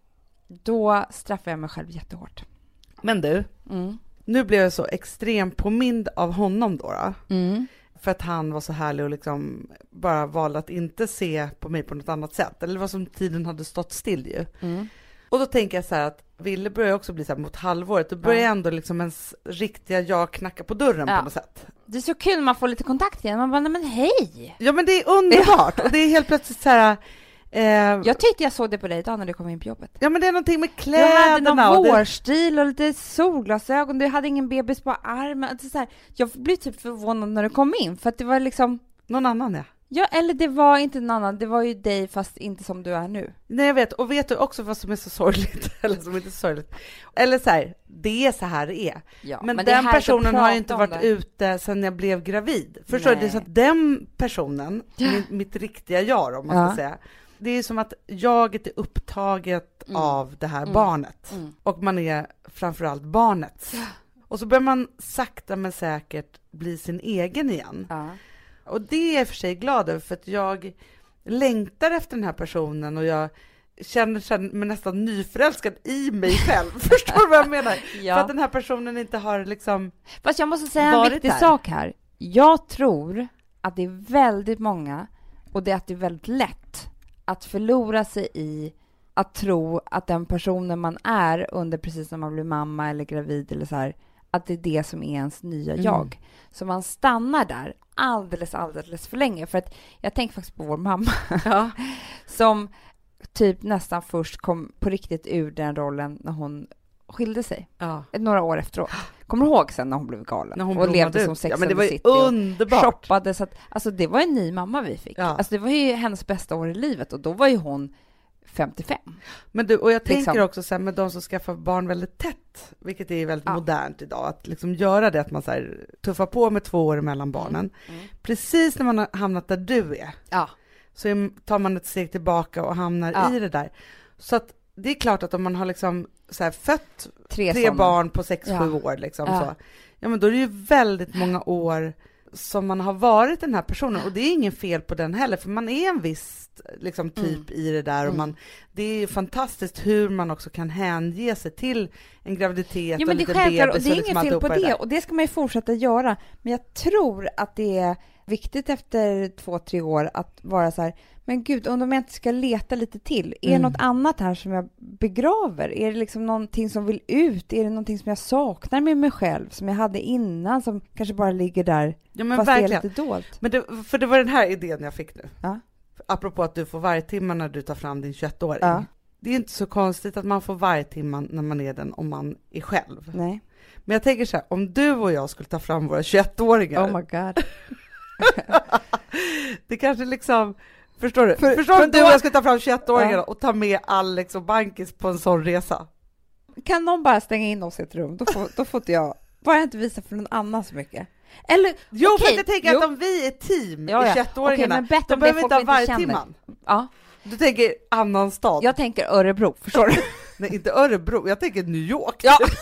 Speaker 2: då straffar jag mig själv jättehårt.
Speaker 1: Men du, nu blev jag så extremt påmind av honom då. För att han var så härlig och liksom bara valde att inte se på mig på något annat sätt. Eller vad som tiden hade stått still ju. Och då tänker jag så här att Ville börjar också bli så här mot halvåret. Då börjar ändå liksom ens riktiga jag knacka på dörren på något sätt.
Speaker 2: Det är så kul när man får lite kontakt igen. Man bara, nej men hej!
Speaker 1: Ja, men det är underbart. Och det är helt plötsligt så här...
Speaker 2: jag tyckte jag såg det på dig idag när du kom in på jobbet.
Speaker 1: Ja, men det är någonting med kläderna.
Speaker 2: Du hade någon vårstil och lite solglasögon. Du hade ingen bebis på armen. Alltså så här, jag blev typ förvånad när du kom in. För att det var liksom...
Speaker 1: Någon annan,
Speaker 2: Ja, eller det var inte en annan. Det var ju dig fast inte som du är nu.
Speaker 1: Nej, jag vet. Och vet du också vad som är så sorgligt? Eller som inte är sorgligt. Eller så här, det är så här det är.
Speaker 2: Ja,
Speaker 1: men
Speaker 2: det
Speaker 1: den
Speaker 2: är
Speaker 1: personen har ju
Speaker 2: inte
Speaker 1: inte varit ute sedan jag blev gravid. Förstår du? Det är så att den personen, mitt riktiga jag om man ska säga, det är som att jaget är upptaget av det här barnet. Och man är framförallt barnet. Och så börjar man sakta men säkert bli sin egen igen. Och det är jag för sig glad över, för att jag längtar efter den här personen och jag känner mig nästan nyförälskad i mig själv. Förstår du vad jag menar? För att den här personen inte har liksom.
Speaker 2: Fast jag måste säga en viktig sak här. Jag tror att det är väldigt många, och det är att det är väldigt lätt att förlora sig i att tro att den personen man är under precis när man blir mamma eller gravid eller så här, att det är det som är ens nya jag. Så man stannar där alldeles för länge. För att jag tänker faktiskt på vår mamma som typ nästan först kom på riktigt ur den rollen när hon skilde sig. Några år efteråt. Kommer du ihåg sen när hon blev galen?
Speaker 1: När hon
Speaker 2: och levde som Sex
Speaker 1: men det var ju
Speaker 2: City
Speaker 1: underbart.
Speaker 2: Och shoppade. Så att, alltså det var en ny mamma vi fick. Alltså det var ju hennes bästa år i livet. Och då var ju hon 55.
Speaker 1: Men du, och jag tänker också så här, med de som skaffar barn väldigt tätt, vilket är väldigt modernt idag, att liksom göra det, att man så här, tuffar på med 2 år mellan barnen. Precis när man har hamnat där du är, så tar man ett steg tillbaka och hamnar i det där. Så att det är klart att om man har liksom så här fött 3 barn på 6-7 år liksom, så, men då är det ju väldigt många år som man har varit den här personen, och det är ingen fel på den heller, för man är en viss liksom typ i det där, och det är fantastiskt hur man också kan hänge sig till en graviditet och en liten bebis,
Speaker 2: och det är inget fel på det, och det ska man ju fortsätta göra, men jag tror att det är viktigt efter 2-3 år att vara så här, men gud, om jag inte ska leta lite till, är det något annat här som jag begraver? Är det liksom någonting som vill ut? Är det någonting som jag saknar med mig själv, som jag hade innan, som kanske bara ligger där,
Speaker 1: men
Speaker 2: fast
Speaker 1: verkligen.
Speaker 2: det är lite dolt?
Speaker 1: Men för det var den här idén jag fick nu. Apropå att du får varje timme när du tar fram din 21-åring. Det är inte så konstigt att man får varje timme när man är den, om man är själv.
Speaker 2: Nej.
Speaker 1: Men jag tänker så här, om du och jag skulle ta fram våra 21-åringar.
Speaker 2: Oh my god.
Speaker 1: Det kanske liksom, förstår du? Förstår du, du och jag ska ta fram 21-åringarna och ta med Alex och Bankis på en sån resa?
Speaker 2: Kan någon bara stänga in oss i ett rum? Då får inte jag, bara inte visa för någon annan så mycket. Eller,
Speaker 1: för jag tänker att om vi är team i 21-åringarna, då behöver vi inte ha varje timman. Du tänker annan stad.
Speaker 2: Jag tänker Örebro, förstår du?
Speaker 1: Nej, inte Örebro. Jag tänker New York.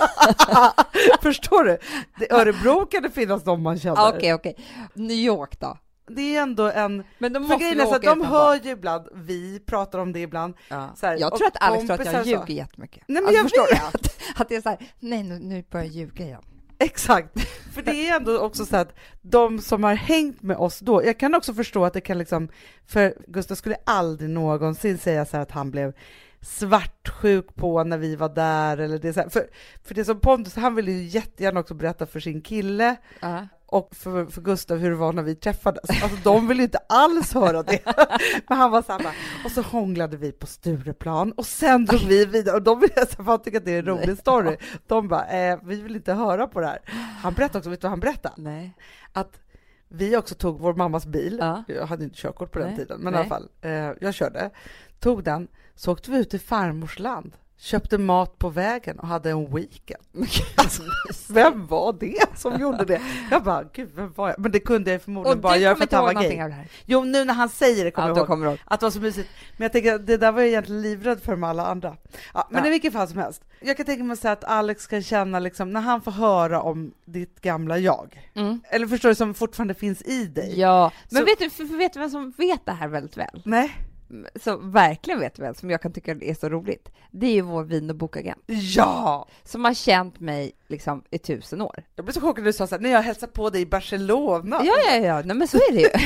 Speaker 1: Förstår du? Örebro kan det finnas någon man känner.
Speaker 2: Okej. New York då?
Speaker 1: Det är ändå en.
Speaker 2: Men de måste
Speaker 1: grejen är så att de hör ju ibland, vi pratar om det ibland.
Speaker 2: Så här, jag tror att Alex tror att jag ljuger jättemycket.
Speaker 1: Nej, men jag vet.
Speaker 2: Att det är så här, nej, nu börjar jag ljuga igen.
Speaker 1: Exakt, för det är ändå också så att de som har hängt med oss då, jag kan också förstå att det kan liksom, för Gustav skulle aldrig någonsin säga så här att han blev svartsjuk på när vi var där, eller det så här, för det som Pontus, han ville ju jättegärna också berätta för sin kille och för Gustav hur det var när vi träffades. Alltså de ville ju inte alls höra det. Men han var samma. Och så hånglade vi på Stureplan och sen drog vi vidare, och de ville så fan tycka att det är en rolig story. De bara, vi vill inte höra på det här. Han berättade också, vet du vad han berättade?
Speaker 2: Nej.
Speaker 1: Att vi också tog vår mammas bil. Jag hade inte körkort på den tiden, men i alla fall, jag körde. Tog den, så åkte vi ut till farmors land. Köpte mat på vägen och hade en weekend. Alltså, vem var det som gjorde det? Jag bara, gud, vem var jag? Men det kunde jag förmodligen bara göra för att han var gay. Jo, nu när han säger det kommer jag ihåg att det var så mysigt. Men jag tänker, det där var jag egentligen livrädd för med alla andra. Men i vilket fall som helst. Jag kan tänka mig så att Alex kan känna liksom, när han får höra om ditt gamla jag. Eller förstår du, som fortfarande finns i dig.
Speaker 2: Ja, men så, vet du vem som vet det här väldigt väl?
Speaker 1: Nej.
Speaker 2: Så verkligen vet väl, som jag kan tycka är så roligt, det är ju vår vin- och bokagent.
Speaker 1: Ja!
Speaker 2: Som har känt mig liksom i 1000 år.
Speaker 1: Jag blev så chockad när du sa så här, när jag hälsade på dig i Barcelona.
Speaker 2: Ja, nej, men så är det ju.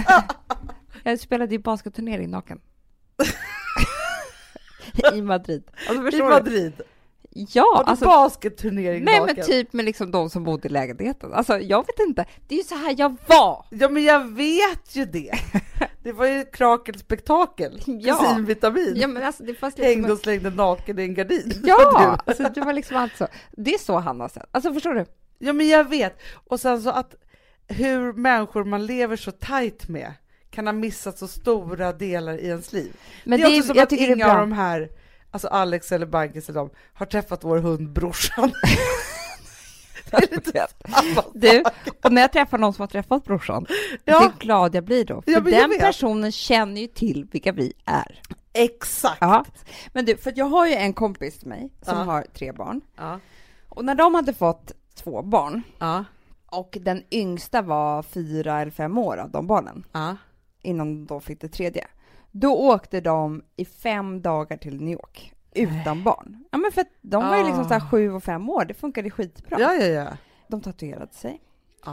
Speaker 2: Jag spelade ju basketturnering naken. I Madrid. Alltså,
Speaker 1: i Madrid?
Speaker 2: Ja,
Speaker 1: alltså basketturnering.
Speaker 2: Nej, men typ med liksom de som bodde i lägenheten. Alltså jag vet inte, det är ju så här jag var.
Speaker 1: Ja, men jag vet ju det. Det var ju krakelspektakel. Kusinvitamin.
Speaker 2: Ja, men alltså det fanns
Speaker 1: liksom hängde och slängde naken i en gardin.
Speaker 2: Ja, alltså det var liksom allt så. Det är så han har sett. Alltså förstår du?
Speaker 1: Ja, men jag vet. Och sen så att hur människor man lever så tajt med kan ha missat så stora delar i ens liv.
Speaker 2: Men
Speaker 1: det är också som
Speaker 2: jag
Speaker 1: att
Speaker 2: tycker det är
Speaker 1: inga
Speaker 2: bra.
Speaker 1: av de här, alltså Alex eller Bankis eller de, har träffat vår hund brorsan. Det är lite
Speaker 2: Du, och när jag träffar någon som har träffat brorsan, hur glad jag blir då. För den personen känner ju till vilka vi är.
Speaker 1: Exakt.
Speaker 2: Ja. Men du, för jag har ju en kompis till mig som har 3 barn.
Speaker 1: Ja.
Speaker 2: Och när de hade fått 2 barn,
Speaker 1: och
Speaker 2: den yngsta var 4 eller 5 år av de barnen, innan de fick det 3:e, då åkte de i 5 dagar till New York utan barn. Ja, men för att de var ju liksom så här 7 och 5 år, det funkade skitbra.
Speaker 1: Ja.
Speaker 2: De tatuerade sig.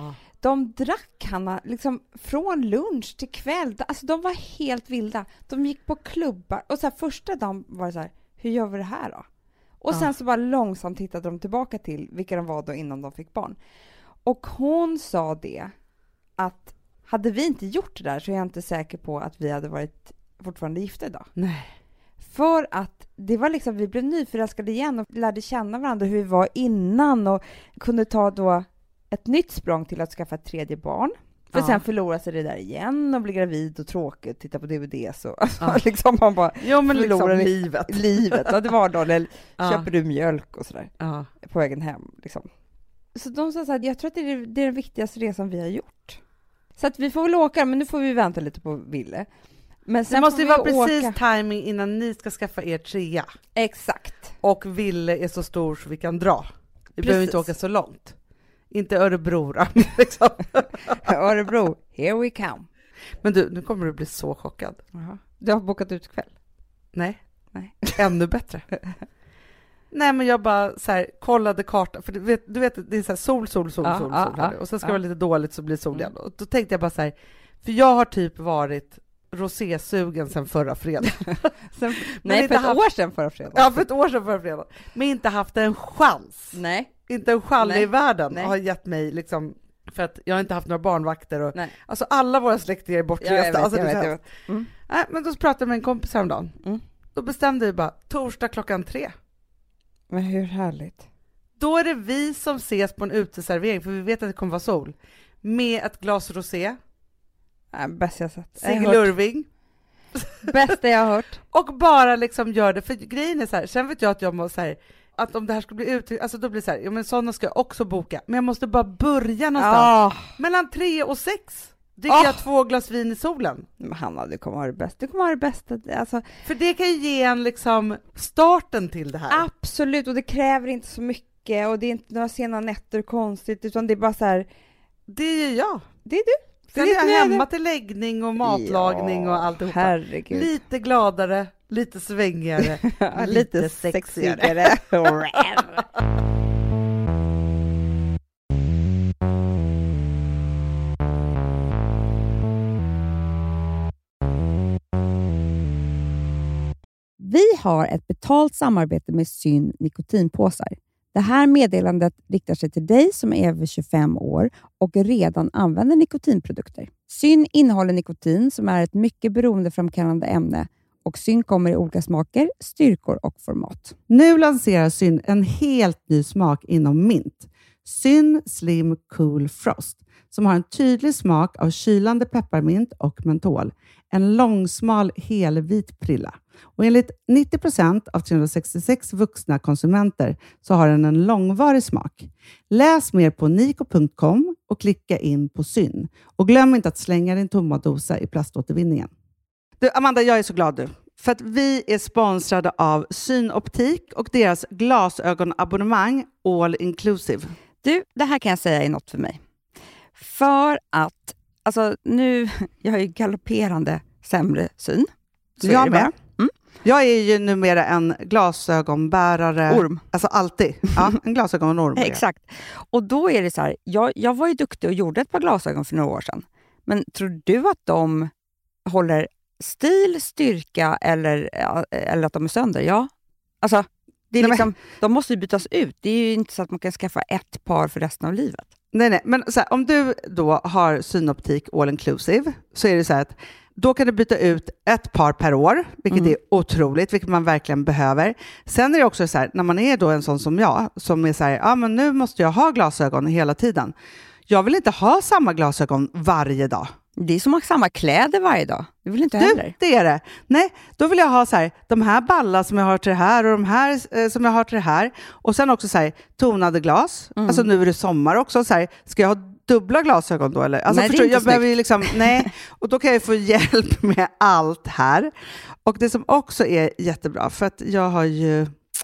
Speaker 2: De drack Hanna liksom från lunch till kväll. Alltså de var helt vilda. De gick på klubbar. Och så här, första dagen var det så här, hur gör vi det här då? Och sen så bara långsamt tittade de tillbaka till vilka de var då innan de fick barn. Och hon sa det, att hade vi inte gjort det där så är jag inte säker på att vi hade varit fortfarande gifta idag.
Speaker 1: Nej.
Speaker 2: För att det var liksom, vi blev nyförälskade igen och lärde känna varandra hur vi var innan och kunde ta då ett nytt språng till att skaffa ett 3:e barn. För sen förlora sig det där igen och bli gravid och tråkigt, titta på DVD så liksom man bara
Speaker 1: förlorar liksom
Speaker 2: livet. Ja, det var då, eller köper du mjölk och sådär på vägen hem liksom. Så de sa så här, jag tror att det är den viktigaste resan vi har gjort. Så att vi får väl åka, men nu får vi vänta lite på Ville. Men sen
Speaker 1: det måste ju vara precis
Speaker 2: åka.
Speaker 1: timing innan ni ska skaffa er 3.
Speaker 2: Exakt.
Speaker 1: Och Ville är så stor så vi kan dra. Vi behöver inte åka så långt. Inte Örebro liksom.
Speaker 2: Örebro, here we come.
Speaker 1: Men du, nu kommer du bli så chockad.
Speaker 2: Du har bokat ut kväll?
Speaker 1: Nej. Ännu bättre. Nej, men jag bara så här, kollade kartan. För du vet det är så här sol. Och sen ska det vara lite dåligt så blir sol igen. Och då tänkte jag bara så här, för jag har typ varit rosésugen sen förra fredag.
Speaker 2: Nej, för ett år sedan förra fredag.
Speaker 1: Ja, för ett år sedan förra fredag. Men inte haft en chans.
Speaker 2: Nej.
Speaker 1: Inte en challe i världen har gett mig liksom, för att jag har inte haft några barnvakter och alltså alla våra släktingar är bortresta.
Speaker 2: Jag vet.
Speaker 1: Nej, men då pratade jag med en kompis häromdagen. Då bestämde vi bara torsdag 3:00.
Speaker 2: Men hur härligt.
Speaker 1: Då är det vi som ses på en uteservering, för vi vet att det kommer vara sol, med ett glas rosé.
Speaker 2: Bäst jag sett.
Speaker 1: Siglurving.
Speaker 2: Bästa jag har hört.
Speaker 1: Och bara liksom gör det, för grejen är så här, sen vet jag att jag måste så här, att om det här skulle bli ut, alltså då blir det så här, ja men sådana ska jag också boka, men jag måste bara börja någonstans. Mellan 3 och 6 dricker jag 2 glas vin i solen.
Speaker 2: Men Hanna, du kommer ha det bästa. Du kommer ha det bästa. Alltså,
Speaker 1: för det kan ju ge en liksom starten till det här.
Speaker 2: Absolut, och det kräver inte så mycket och det är inte några sena nätter konstigt, utan det är bara så här.
Speaker 1: Det är jag.
Speaker 2: Det är du.
Speaker 1: Sen är jag hemma till läggning och matlagning och alltihopa.
Speaker 2: Herregud.
Speaker 1: Lite gladare, lite svängigare,
Speaker 2: lite sexigare. Vi har ett betalt samarbete med Syn nikotinpåsar. Det här meddelandet riktar sig till dig som är över 25 år och redan använder nikotinprodukter. Syn innehåller nikotin som är ett mycket beroendeframkallande ämne och Syn kommer i olika smaker, styrkor och format.
Speaker 1: Nu lanserar Syn en helt ny smak inom mint. Syn Slim Cool Frost som har en tydlig smak av kylande pepparmint och mentol. En långsmal helvit prilla. Och enligt 90% av 366 vuxna konsumenter så har den en långvarig smak. Läs mer på niko.com och klicka in på Syn. Och glöm inte att slänga din tomma dosa i plaståtervinningen. Du, Amanda, jag är så glad du. För att vi är sponsrade av Synoptik och deras glasögonabonnemang All Inclusive.
Speaker 2: Du, det här kan jag säga är något för mig. För att, alltså nu, jag har ju galopperande sämre syn.
Speaker 1: Så jag med. Jag är ju numera en glasögonbärare.
Speaker 2: Orm.
Speaker 1: Alltså alltid. Ja, en glasögonorm.
Speaker 2: Exakt. Och då är det så här, jag var ju duktig och gjorde ett par glasögon för några år sedan. Men tror du att de håller stil, styrka eller att de är sönder? Ja. Alltså, det är liksom, de måste ju bytas ut. Det är ju inte så att man kan skaffa ett par för resten av livet.
Speaker 1: Nej. Men så här, om du då har Synoptik All Inclusive så är det så här att då kan du byta ut ett par per år, vilket är otroligt, vilket man verkligen behöver. Sen är det också så här, när man är då en sån som jag, som är så här, ja men nu måste jag ha glasögon hela tiden. Jag vill inte ha samma glasögon varje dag.
Speaker 2: Det är som att ha samma kläder varje dag. Det vill inte heller.
Speaker 1: Det är det. Nej, då vill jag ha så här, de här ballar som jag har till det här och de här som jag har till det här. Och sen också så här, tonade glas. Alltså nu är det sommar också. Så här, ska jag ha dubbla glasögon då? Eller? Alltså,
Speaker 2: Nej,
Speaker 1: förstår,
Speaker 2: det är inte
Speaker 1: jag behöver ju liksom, nej. Och då kan jag få hjälp med allt här. Och det som också är jättebra, för att jag har ju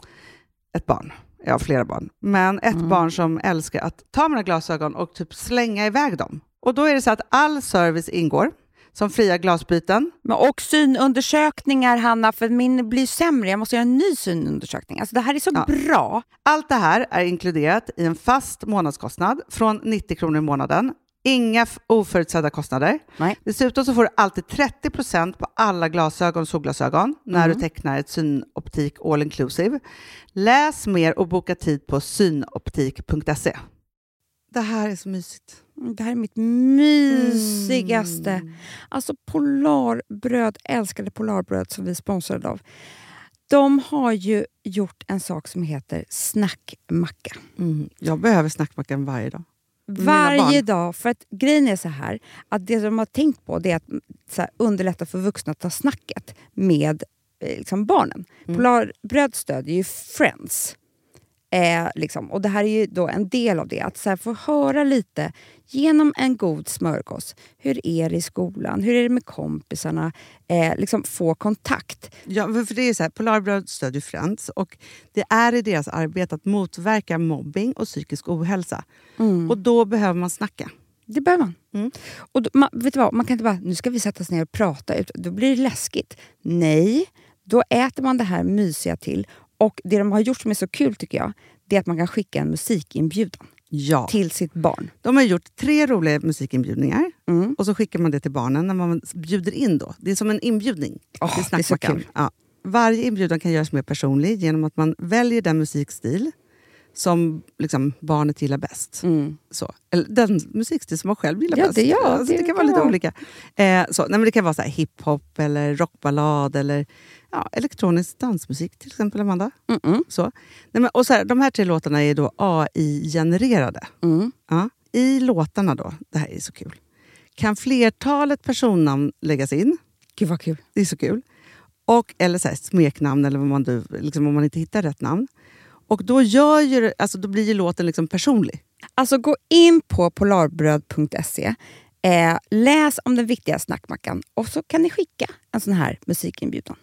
Speaker 1: ett barn. Jag har flera barn. Men ett barn som älskar att ta mina glasögon och typ slänga iväg dem. Och då är det så att all service ingår. Som fria glasbyten.
Speaker 2: Men och synundersökningar, Hanna, för min blir sämre. Jag måste göra en ny synundersökning. Alltså det här är så bra.
Speaker 1: Allt det här är inkluderat i en fast månadskostnad från 90 kronor i månaden. Inga oförutsedda kostnader.
Speaker 2: Nej.
Speaker 1: Dessutom så får du alltid 30% på alla glasögon och solglasögon när du tecknar ett synoptik all inclusive. Läs mer och boka tid på synoptik.se. Det här är så mysigt.
Speaker 2: Det här är mitt mysigaste. Alltså Polarbröd, älskade Polarbröd som vi sponsrade av. De har ju gjort en sak som heter snackmacka.
Speaker 1: Jag behöver snackmackan varje dag.
Speaker 2: Varje dag, för att grejen är så här att det de har tänkt på det är att så här, underlätta för vuxna att ta snacket med liksom barnen. Polarbröd stödjer ju Friends. Liksom. Och det här är ju då en del av det. Att så här, få höra lite genom en god smörgås. Hur är det i skolan? Hur är det med kompisarna? Liksom få kontakt.
Speaker 1: Ja, för det är så här, Polarbröd stödjer Friends och det är i deras arbete att motverka mobbing och psykisk ohälsa. Och då behöver man snacka.
Speaker 2: Det behöver man. Och då, vet du vad? Man kan inte bara, nu ska vi sätta oss ner och prata ut. Då blir det läskigt. Nej, då äter man det här mysiga till. Och det de har gjort som är så kul tycker jag, det är att man kan skicka en musikinbjudan till sitt barn.
Speaker 1: De har gjort 3 roliga musikinbjudningar och så skickar man det till barnen när man bjuder in då. Det är som en inbjudning.
Speaker 2: Det är så kul.
Speaker 1: Ja. Varje inbjudan kan göras mer personlig genom att man väljer den musikstil som liksom barnet gillar bäst. Så. Eller den musikstil som man själv gillar bäst. Det kan vara lite olika. Men det kan vara så här hiphop eller rockballad eller elektronisk dansmusik till exempel, Amanda. Så. Och så här, de här 3 låtarna är då AI-genererade. Ja. I låtarna då, det här är så kul, kan flertalet personnamn läggas in.
Speaker 2: Gud vad kul.
Speaker 1: Det är så kul. Eller så här, smeknamn eller vad man liksom, om man inte hittar rätt namn. Och då då blir ju låten liksom personlig.
Speaker 2: Alltså gå in på polarbröd.se, läs om den viktiga snackmackan och så kan ni skicka en sån här musikinbjudan.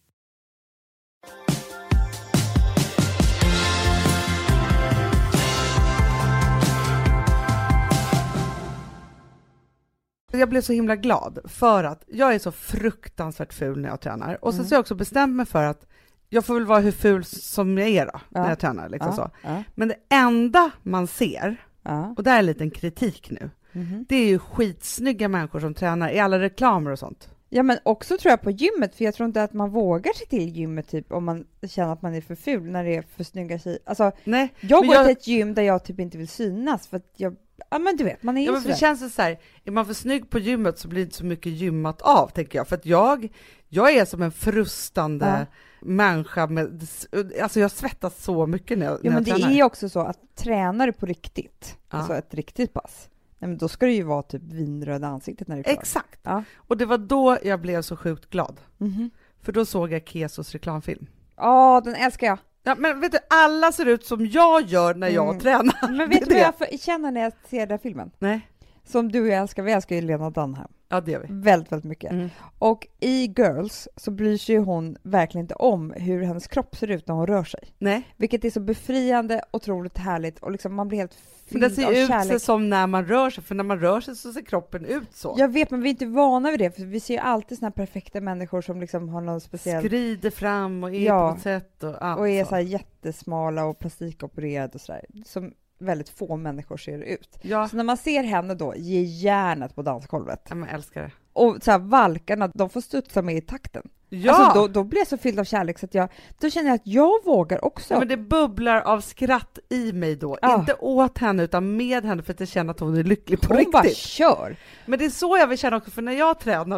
Speaker 1: Jag blev så himla glad för att jag är så fruktansvärt ful när jag tränar. Och så har jag också bestämt mig för att jag får väl vara hur ful som jag är då, när jag tränar. Liksom så. Men det enda man ser, och det är en liten kritik nu, det är ju skitsnygga människor som tränar i alla reklamer och sånt.
Speaker 2: Ja, men också tror jag på gymmet, för jag tror inte att man vågar sig till gymmet typ om man känner att man är för ful när det är för snygga tjejer. Alltså, jag går till ett gym där jag typ inte vill synas för att men du vet, man är ju
Speaker 1: men det känns så här, är man för snygg på gymmet så blir det inte så mycket gymmat av, tänker jag. För att jag är som en frustande människa alltså jag svettas så mycket när jag tränar.
Speaker 2: Men det är ju också så att tränar du på riktigt, alltså ett riktigt pass, men då ska det ju vara typ vinröda ansiktet när det är klart.
Speaker 1: Exakt. Och det var då jag blev så sjukt glad. För då såg jag Kesos reklamfilm.
Speaker 2: Den älskar jag.
Speaker 1: Ja, men vet du, alla ser ut som jag gör när jag tränar.
Speaker 2: Men vet du vad jag känner när jag ser den här filmen?
Speaker 1: Nej.
Speaker 2: Som du och jag älskar, vi älskar ju Lena Dunham.
Speaker 1: Ja, det gör vi.
Speaker 2: Väldigt, väldigt mycket. Och i Girls så bryr sig hon verkligen inte om hur hennes kropp ser ut när hon rör sig.
Speaker 1: Nej.
Speaker 2: Vilket är så befriande, otroligt härligt och liksom man blir helt fylld av kärlek.
Speaker 1: Men det ser ut som när man rör sig, för när man rör sig så ser kroppen ut så.
Speaker 2: Jag vet, men vi är inte vana vid det, för vi ser ju alltid såna här perfekta människor som liksom har någon speciell...
Speaker 1: Skrider fram och är på ett sätt. Och
Speaker 2: är så här jättesmala och plastikopererade och sådär. Som väldigt få människor ser ut. Ja. Så när man ser henne då, ge järnet på dansgolvet.
Speaker 1: Ja, men jag älskar det.
Speaker 2: Och så här, valkarna, de får studsa med i takten.
Speaker 1: Ja.
Speaker 2: Alltså då blir jag så fylld av kärlek så att då känner jag att jag vågar också.
Speaker 1: Ja, men det bubblar av skratt i mig då. Inte åt henne utan med henne, för att jag känner att hon är lycklig på riktigt.
Speaker 2: Hon bara kör.
Speaker 1: Men det är så jag vill känna också, för när jag tränar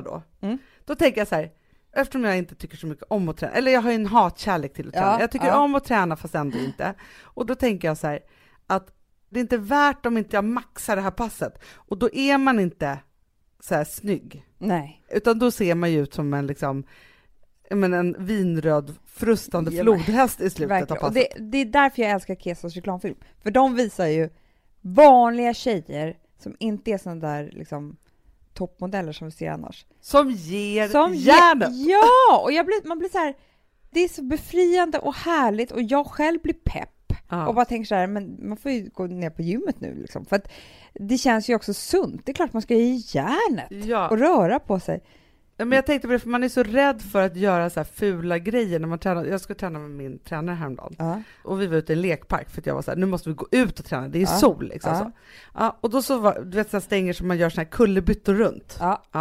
Speaker 1: då tänker jag så här, eftersom jag inte tycker så mycket om att träna, eller jag har ju en hatkärlek till att träna. Jag tycker om att träna fast ändå inte. Och då tänker jag så här, att det är inte värt om inte jag maxar det här passet. Och då är man inte så här snygg.
Speaker 2: Nej.
Speaker 1: Utan då ser man ju ut som en liksom, en vinröd frustande flodhäst i slutet
Speaker 2: verkligen.
Speaker 1: av passet.
Speaker 2: Och det är därför jag älskar Kesos reklamfilm. För de visar ju vanliga tjejer som inte är sådana där liksom toppmodeller som vi ser annars.
Speaker 1: Som ger järnet.
Speaker 2: Ja, och man blir så här, det är så befriande och härligt och jag själv blir pepp. Ja. Och bara tänker så här, men man får ju gå ner på gymmet nu liksom. För att det känns ju också sunt. Det är klart man ska ge järnet och röra på sig.
Speaker 1: Men jag tänkte på det, för man är så rädd för att göra så här fula grejer när man tränar. Jag skulle träna med min tränare häromdagen. Och vi var ute i en lekpark för att jag var så här, nu måste vi gå ut och träna. Det är ju sol liksom. Så. Ja, och då så var, du vet, så här stänger som man gör såna här kullerbyttor runt.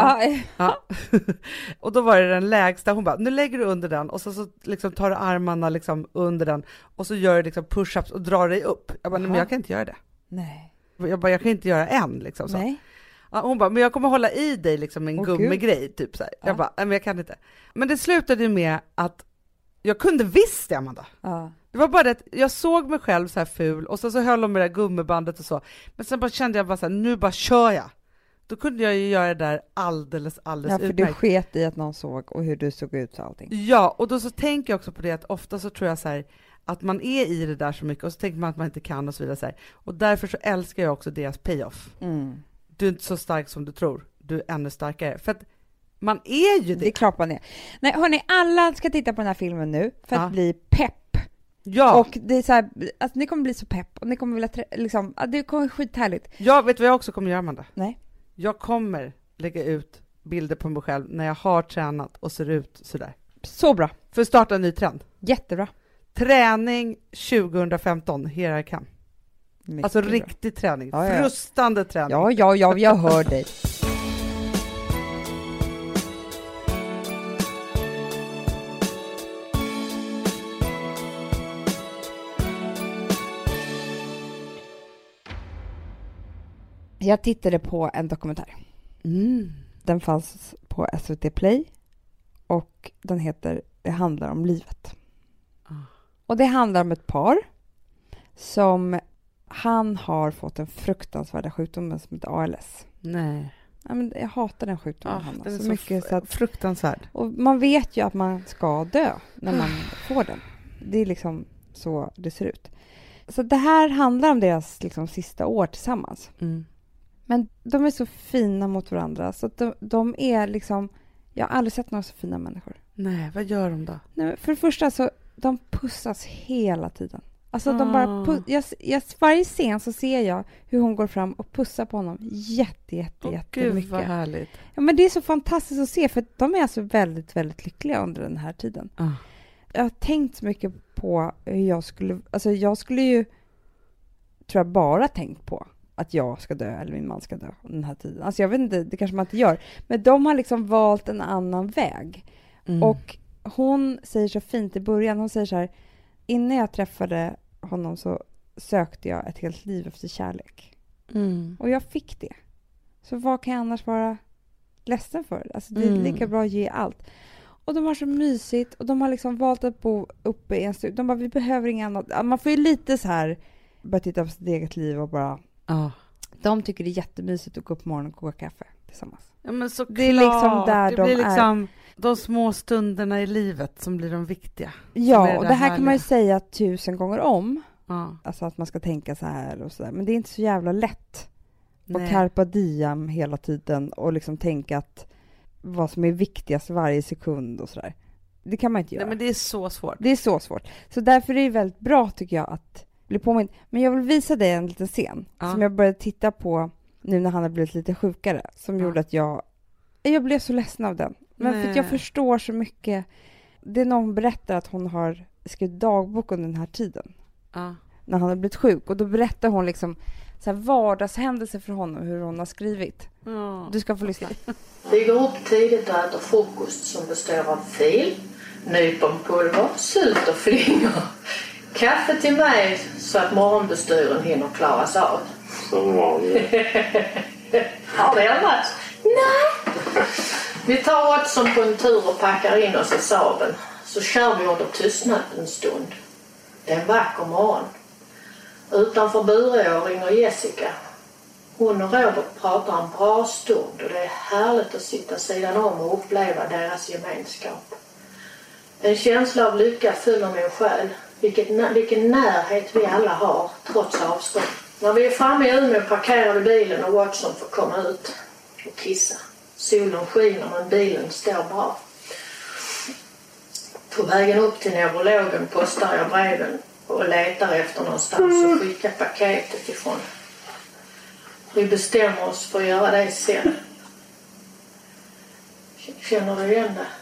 Speaker 1: Och då var det den lägsta. Hon bara, nu lägger du under den och så liksom tar du armarna liksom under den och så gör du liksom push-ups och drar dig upp. Jag bara, nej, men jag kan inte göra det.
Speaker 2: Nej.
Speaker 1: Jag kan inte göra en liksom så. Nej. Ja, hon bara, men jag kommer hålla i dig liksom en gummigrej typ så här. Jag bara, nej men jag kan inte. Men det slutade ju med att jag kunde visst det, Amanda. Det var bara det att jag såg mig själv så här ful och så höll de med det där gummibandet och så. Men sen bara kände jag bara så här, nu bara kör jag. Då kunde jag ju göra det där alldeles
Speaker 2: för
Speaker 1: utmärkt.
Speaker 2: du sket i att någon såg och hur du såg ut och allting.
Speaker 1: Ja, och då så tänker jag också på det att ofta så tror jag så här att man är i det där så mycket och så tänker man att man inte kan och så vidare så här. Och därför så älskar jag också deras payoff. Du är inte så stark som du tror. Du är ännu starkare. För att man är ju det.
Speaker 2: Det är klart man är. Nej, hörni, alla ska titta på den här filmen nu för att bli pepp.
Speaker 1: Ja.
Speaker 2: Och det är så här, alltså, ni kommer bli så pepp och ni kommer vilja liksom, det kommer skithärligt.
Speaker 1: Jag vet vad jag också kommer göra, Amanda.
Speaker 2: Nej.
Speaker 1: Jag kommer lägga ut bilder på mig själv när jag har tränat och ser ut sådär.
Speaker 2: Så bra.
Speaker 1: För att starta en ny trend.
Speaker 2: Jättebra.
Speaker 1: Träning 2015, here I come.
Speaker 2: Mycket
Speaker 1: alltså
Speaker 2: bra.
Speaker 1: Riktig träning,
Speaker 2: ja.
Speaker 1: Frustande träning.
Speaker 2: Ja, jag hör dig. Jag tittade på en dokumentär. Den fanns på SVT Play och den heter Det handlar om livet. Och det handlar om ett par som han har fått en fruktansvärda sjukdom som heter ALS.
Speaker 1: Nej.
Speaker 2: Ja, men jag hatar den sjukdomen.
Speaker 1: Den är
Speaker 2: så mycket så att,
Speaker 1: fruktansvärd.
Speaker 2: Och man vet ju att man ska dö när man får den. Det är liksom så det ser ut. Så det här handlar om deras liksom sista år tillsammans. Men de är så fina mot varandra. Så att de är liksom... Jag har aldrig sett några så fina människor.
Speaker 1: Nej, vad gör de då? Nej,
Speaker 2: för det första så... De pussas hela tiden. Alltså de bara... varje scen så ser jag hur hon går fram och pussar på honom. Jättemycket.
Speaker 1: Gud, vad härligt.
Speaker 2: Ja, men det är så fantastiskt att se. För de är alltså väldigt, väldigt lyckliga under den här tiden. Jag har tänkt så mycket på hur jag skulle... Alltså jag skulle ju... Tror jag bara tänkt på att jag ska dö eller min man ska dö den här tiden. Alltså jag vet inte, det kanske man inte gör. Men de har liksom valt en annan väg. Och hon säger så fint i början. Hon säger så här, innan jag träffade honom så sökte jag ett helt liv efter kärlek. Och jag fick det. Så vad kan jag annars vara ledsen för? Alltså det är lika bra att ge allt. Och de har så mysigt. Och de har liksom valt att bo uppe i en stuga. De bara, vi behöver inget annat. Man får ju lite så här börja titta på sitt eget liv och bara... De tycker det är jättemysigt att gå upp på morgonen och koka kaffe tillsammans.
Speaker 1: Ja, men så
Speaker 2: det är liksom där
Speaker 1: det
Speaker 2: de
Speaker 1: blir liksom
Speaker 2: är.
Speaker 1: De små stunderna i livet som blir de viktiga.
Speaker 2: Ja, och det här kan man ju säga 1000 gånger om. Alltså att man ska tänka så här och så där. Men det är inte så jävla lätt. Och carpa diem hela tiden och liksom tänka att vad som är viktigast varje sekund och sådär. Det kan man inte göra.
Speaker 1: Nej, men det är så svårt.
Speaker 2: Det är så svårt. Så därför är det väldigt bra tycker jag att bli påmind. Men jag vill visa dig en liten scen som jag började titta på nu när han har blivit lite sjukare. Som gjorde att jag blev så ledsen av den. Men för att jag förstår så mycket. Det är någon berättar att hon har skrivit dagbok under den här tiden. När han har blivit sjuk. Och då berättar hon liksom så här vardagshändelser för honom. Hur hon har skrivit. Du ska få lyssna.
Speaker 3: Vi går upp tidigt och äter frukost som består av fil, nyponpulver, sylt och flingor. Kaffe till mig så att morgonbestyren hinner klaras av.
Speaker 4: Som vanligt.
Speaker 3: Har det ändrat? Nej. Vi tar åt som på en tur och packar in oss i Saaben. Så kör vi under tystnad en stund. Det är en vacker morgon. Utanför bureå ringer Jessica. Hon och Robert pratar en bra stund och det är härligt att sitta sidan om och uppleva deras gemenskap. En känsla av lycka fyller min själ. Vilken närhet vi alla har, trots avstånd. När vi är framme i Umeå parkerar vi bilen och Watson får komma ut och kissa. Solen skiner men bilen står bra. På vägen upp till neurologen postar jag breven och letar efter någonstans och skickar paketet ifrån. Vi bestämmer oss för att göra det sen. Känner du igen det?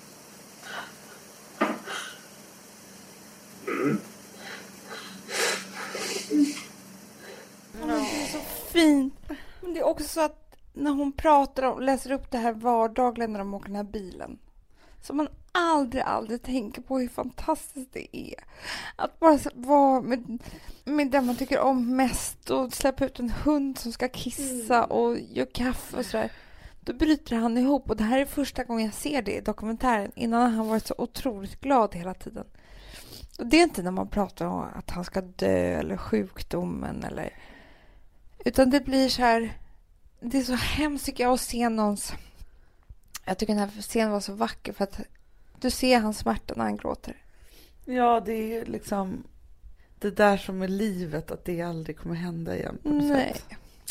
Speaker 2: Det är så fint. Men det är också så att när hon pratar och läser upp det här vardagligen när de åker den här bilen. Så man aldrig tänker på hur fantastiskt det är. Att bara vara med den man tycker om mest och släppa ut en hund som ska kissa och göra kaffe och sådär. Då bryter han ihop och det här är första gången jag ser det i dokumentären. Innan har han varit så otroligt glad hela tiden. Och det är inte när man pratar om att han ska dö eller sjukdomen eller... Utan det blir så här... Det är så hemskt tycker jag att se någons... Jag tycker den här scenen var så vacker för att du ser hans smärta när han gråter.
Speaker 1: Ja, det är liksom det där som är livet, att det aldrig kommer hända igen på något sätt.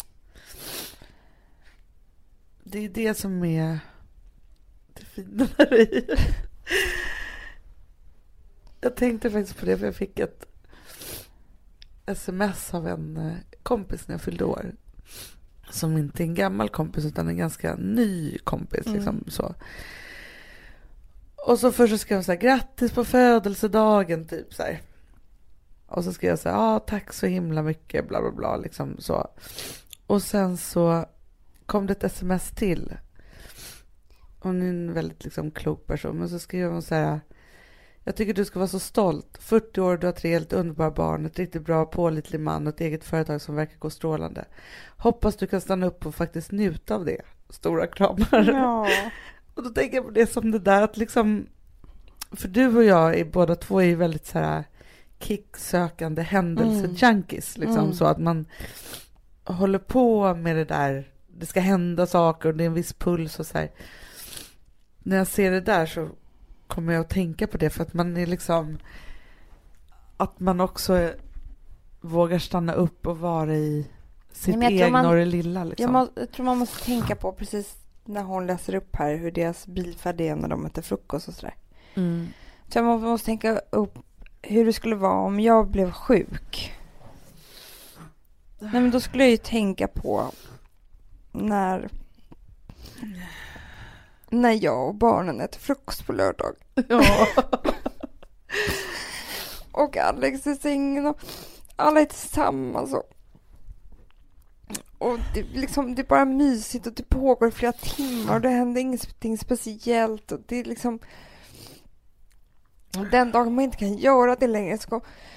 Speaker 1: Det är det som är det fina där i. Jag tänkte faktiskt på det för jag fick ett sms av en kompis när jag fyllde år. Som inte är en gammal kompis utan en ganska ny kompis. Liksom, så. Och så först så skrev jag så här, grattis på födelsedagen typ så här. Och så skrev jag så här, tack så himla mycket bla bla bla liksom så. Och sen så kom det ett sms till. Hon är en väldigt liksom klok person. Men så skrev hon så här, jag tycker du ska vara så stolt. 40 år, du har 3 helt underbara barn, ett riktigt bra pålitlig man och ett eget företag som verkar gå strålande. Hoppas du kan stanna upp och faktiskt njuta av det. Stora kramar.
Speaker 2: Ja.
Speaker 1: Och då tänker jag på det som det där att liksom, för du och jag är båda två är väldigt så här kicksökande händelsejunkies liksom, så att man håller på med det där, det ska hända saker och det är en viss puls och så här. När jag ser det där så kommer jag att tänka på det för att man är liksom, att man också vågar stanna upp och vara i sitt egna och det lilla liksom.
Speaker 2: Jag tror man måste tänka på precis när hon läser upp här hur deras bilfärd är när de äter frukost och sådär. Så man måste tänka upp hur det skulle vara om jag blev sjuk. Nej, men då skulle jag ju tänka på när jag och barnen äter frukost på lördag.
Speaker 1: Ja.
Speaker 2: Och Alex i sängen och alla är tillsammans och det är bara mysigt och det pågår flera timmar och det händer ingenting speciellt och det är liksom den dagen man inte kan göra det längre så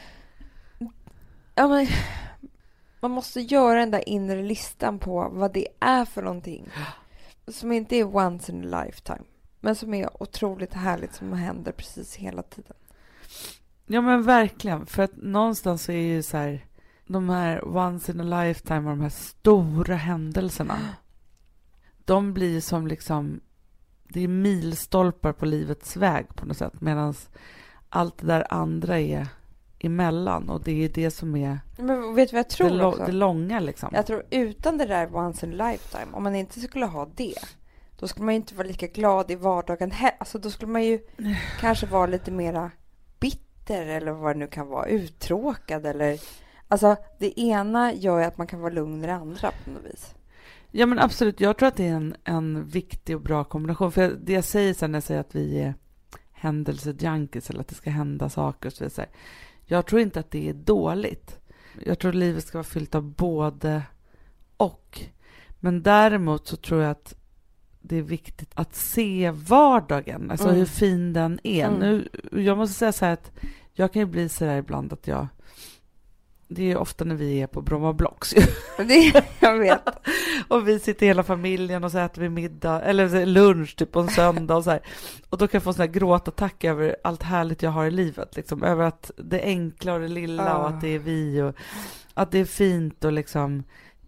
Speaker 2: man måste göra den där inre listan på vad det är för någonting som inte är once in a lifetime men som är otroligt härligt som händer precis hela tiden.
Speaker 1: Ja men verkligen, för att någonstans så är ju så här de här once in a lifetime och de här stora händelserna de blir som liksom det är milstolpar på livets väg på något sätt medan allt det där andra är emellan och det är det som är
Speaker 2: men vet du vad jag tror också?
Speaker 1: Det långa liksom.
Speaker 2: Jag tror utan det där once in a lifetime om man inte skulle ha det då skulle man ju inte vara lika glad i vardagen alltså då skulle man ju kanske vara lite mera bitter eller vad det nu kan vara uttråkad eller alltså det ena gör ju att man kan vara lugn i det andra på något vis.
Speaker 1: Ja men absolut, jag tror att det är en viktig och bra kombination för det jag säger sen när jag säger att vi är händelsejunkies eller att det ska hända saker och så vidare. Jag tror inte att det är dåligt. Jag tror att livet ska vara fyllt av både och. Men däremot så tror jag att det är viktigt att se vardagen. Alltså hur fin den är. Nu, jag måste säga så här att jag kan ju bli så där ibland att det är ofta när vi är på Bromma Blocks.
Speaker 2: Jag vet.
Speaker 1: Och vi sitter hela familjen och så äter vi middag eller lunch typ på en söndag och så här. Och då kan jag få sån här gråtattack över allt härligt jag har i livet liksom, över att det enkla och det lilla och att det är vi och att det är fint och liksom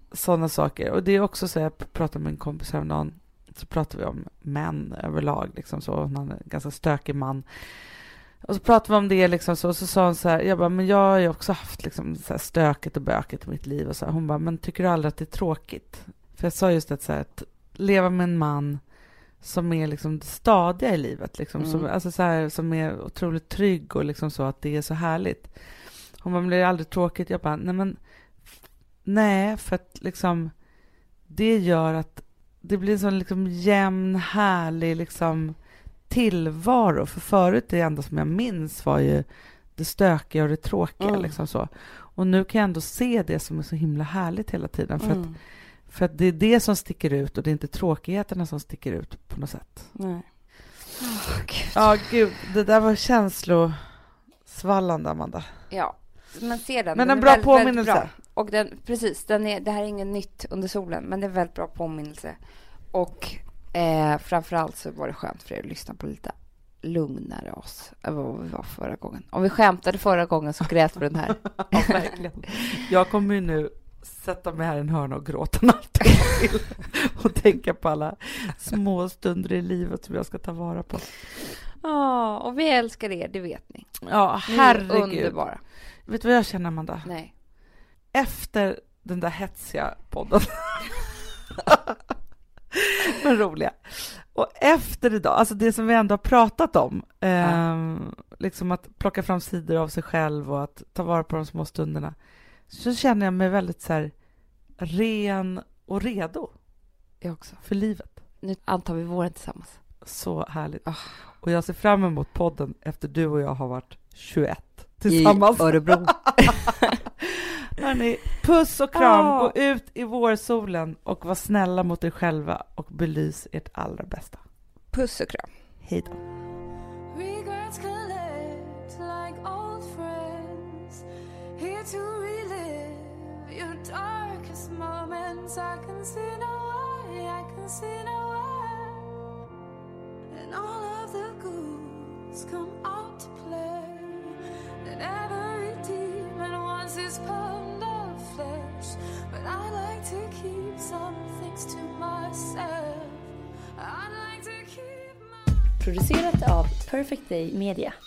Speaker 1: sådana saker. Och det är också så, jag pratade med en kompis häromdagen, så pratade vi om män överlag liksom så, han är en ganska stökig man. Och så pratade vi om det liksom så, och så sa hon så här, jag bara, men jag har ju också haft liksom så här stöket och böket i mitt liv och så här. Hon bara, men tycker du aldrig att det är tråkigt? För jag sa just så här, att leva med en man som är liksom stadiga i livet liksom, som, alltså så här, som är otroligt trygg och liksom så, att det är så härligt. Hon bara, men blir det aldrig tråkigt? Jag bara, nej, för att liksom det gör att det blir en sån liksom jämn, härlig liksom tillvaro. För förut, det enda som jag minns var ju det stökiga och det tråkiga liksom så. Och nu kan jag ändå se det som är så himla härligt hela tiden. För att det är det som sticker ut, och det är inte tråkigheterna som sticker ut på något sätt.
Speaker 2: Nej.
Speaker 1: Gud, det där var känslosvallande, Amanda.
Speaker 2: Ja, man ser den.
Speaker 1: Men
Speaker 2: den
Speaker 1: en bra
Speaker 2: väldigt,
Speaker 1: påminnelse.
Speaker 2: väldigt bra. Och det här är inget nytt under solen, men det är en väldigt bra påminnelse. Och framförallt så var det skönt för er att lyssna på lite lugnare oss än vad vi var förra gången. Om vi skämtade förra gången så grät vi den här.
Speaker 1: Ja, verkligen. Jag kommer ju nu sätta mig här i en hörna och gråta natten till och tänka på alla små stunder i livet som jag ska ta vara på.
Speaker 2: Ja, och vi älskar er, det vet ni.
Speaker 1: Ja, herregud.
Speaker 2: Ni är underbara.
Speaker 1: Vet du vad jag känner, Amanda?
Speaker 2: Nej.
Speaker 1: Efter den där hetsiga podden. Men roliga. Och efter idag, alltså det som vi ändå har pratat om, liksom att plocka fram sidor av sig själv och att ta vara på de små stunderna, så känner jag mig väldigt så här ren och redo.
Speaker 2: Jag också.
Speaker 1: För livet.
Speaker 2: Nu antar vi våren tillsammans.
Speaker 1: Så härligt. Och jag ser fram emot podden efter du och jag har varit 21 tillsammans.
Speaker 2: I Örebro.
Speaker 1: Hörrni, puss och kram. Gå ut i vårsolen och var snälla mot er själva och belys ert allra bästa.
Speaker 2: Puss och kram.
Speaker 1: Hej då.
Speaker 4: Regrets collect like old friends, here to relive your darkest moments. I can see no way, I can see no way, and all of the ghouls come out to play, and every demon wants his pound of flesh, but I like to keep some things to myself. I like to keep my...
Speaker 5: Producerat av Perfect Day Media.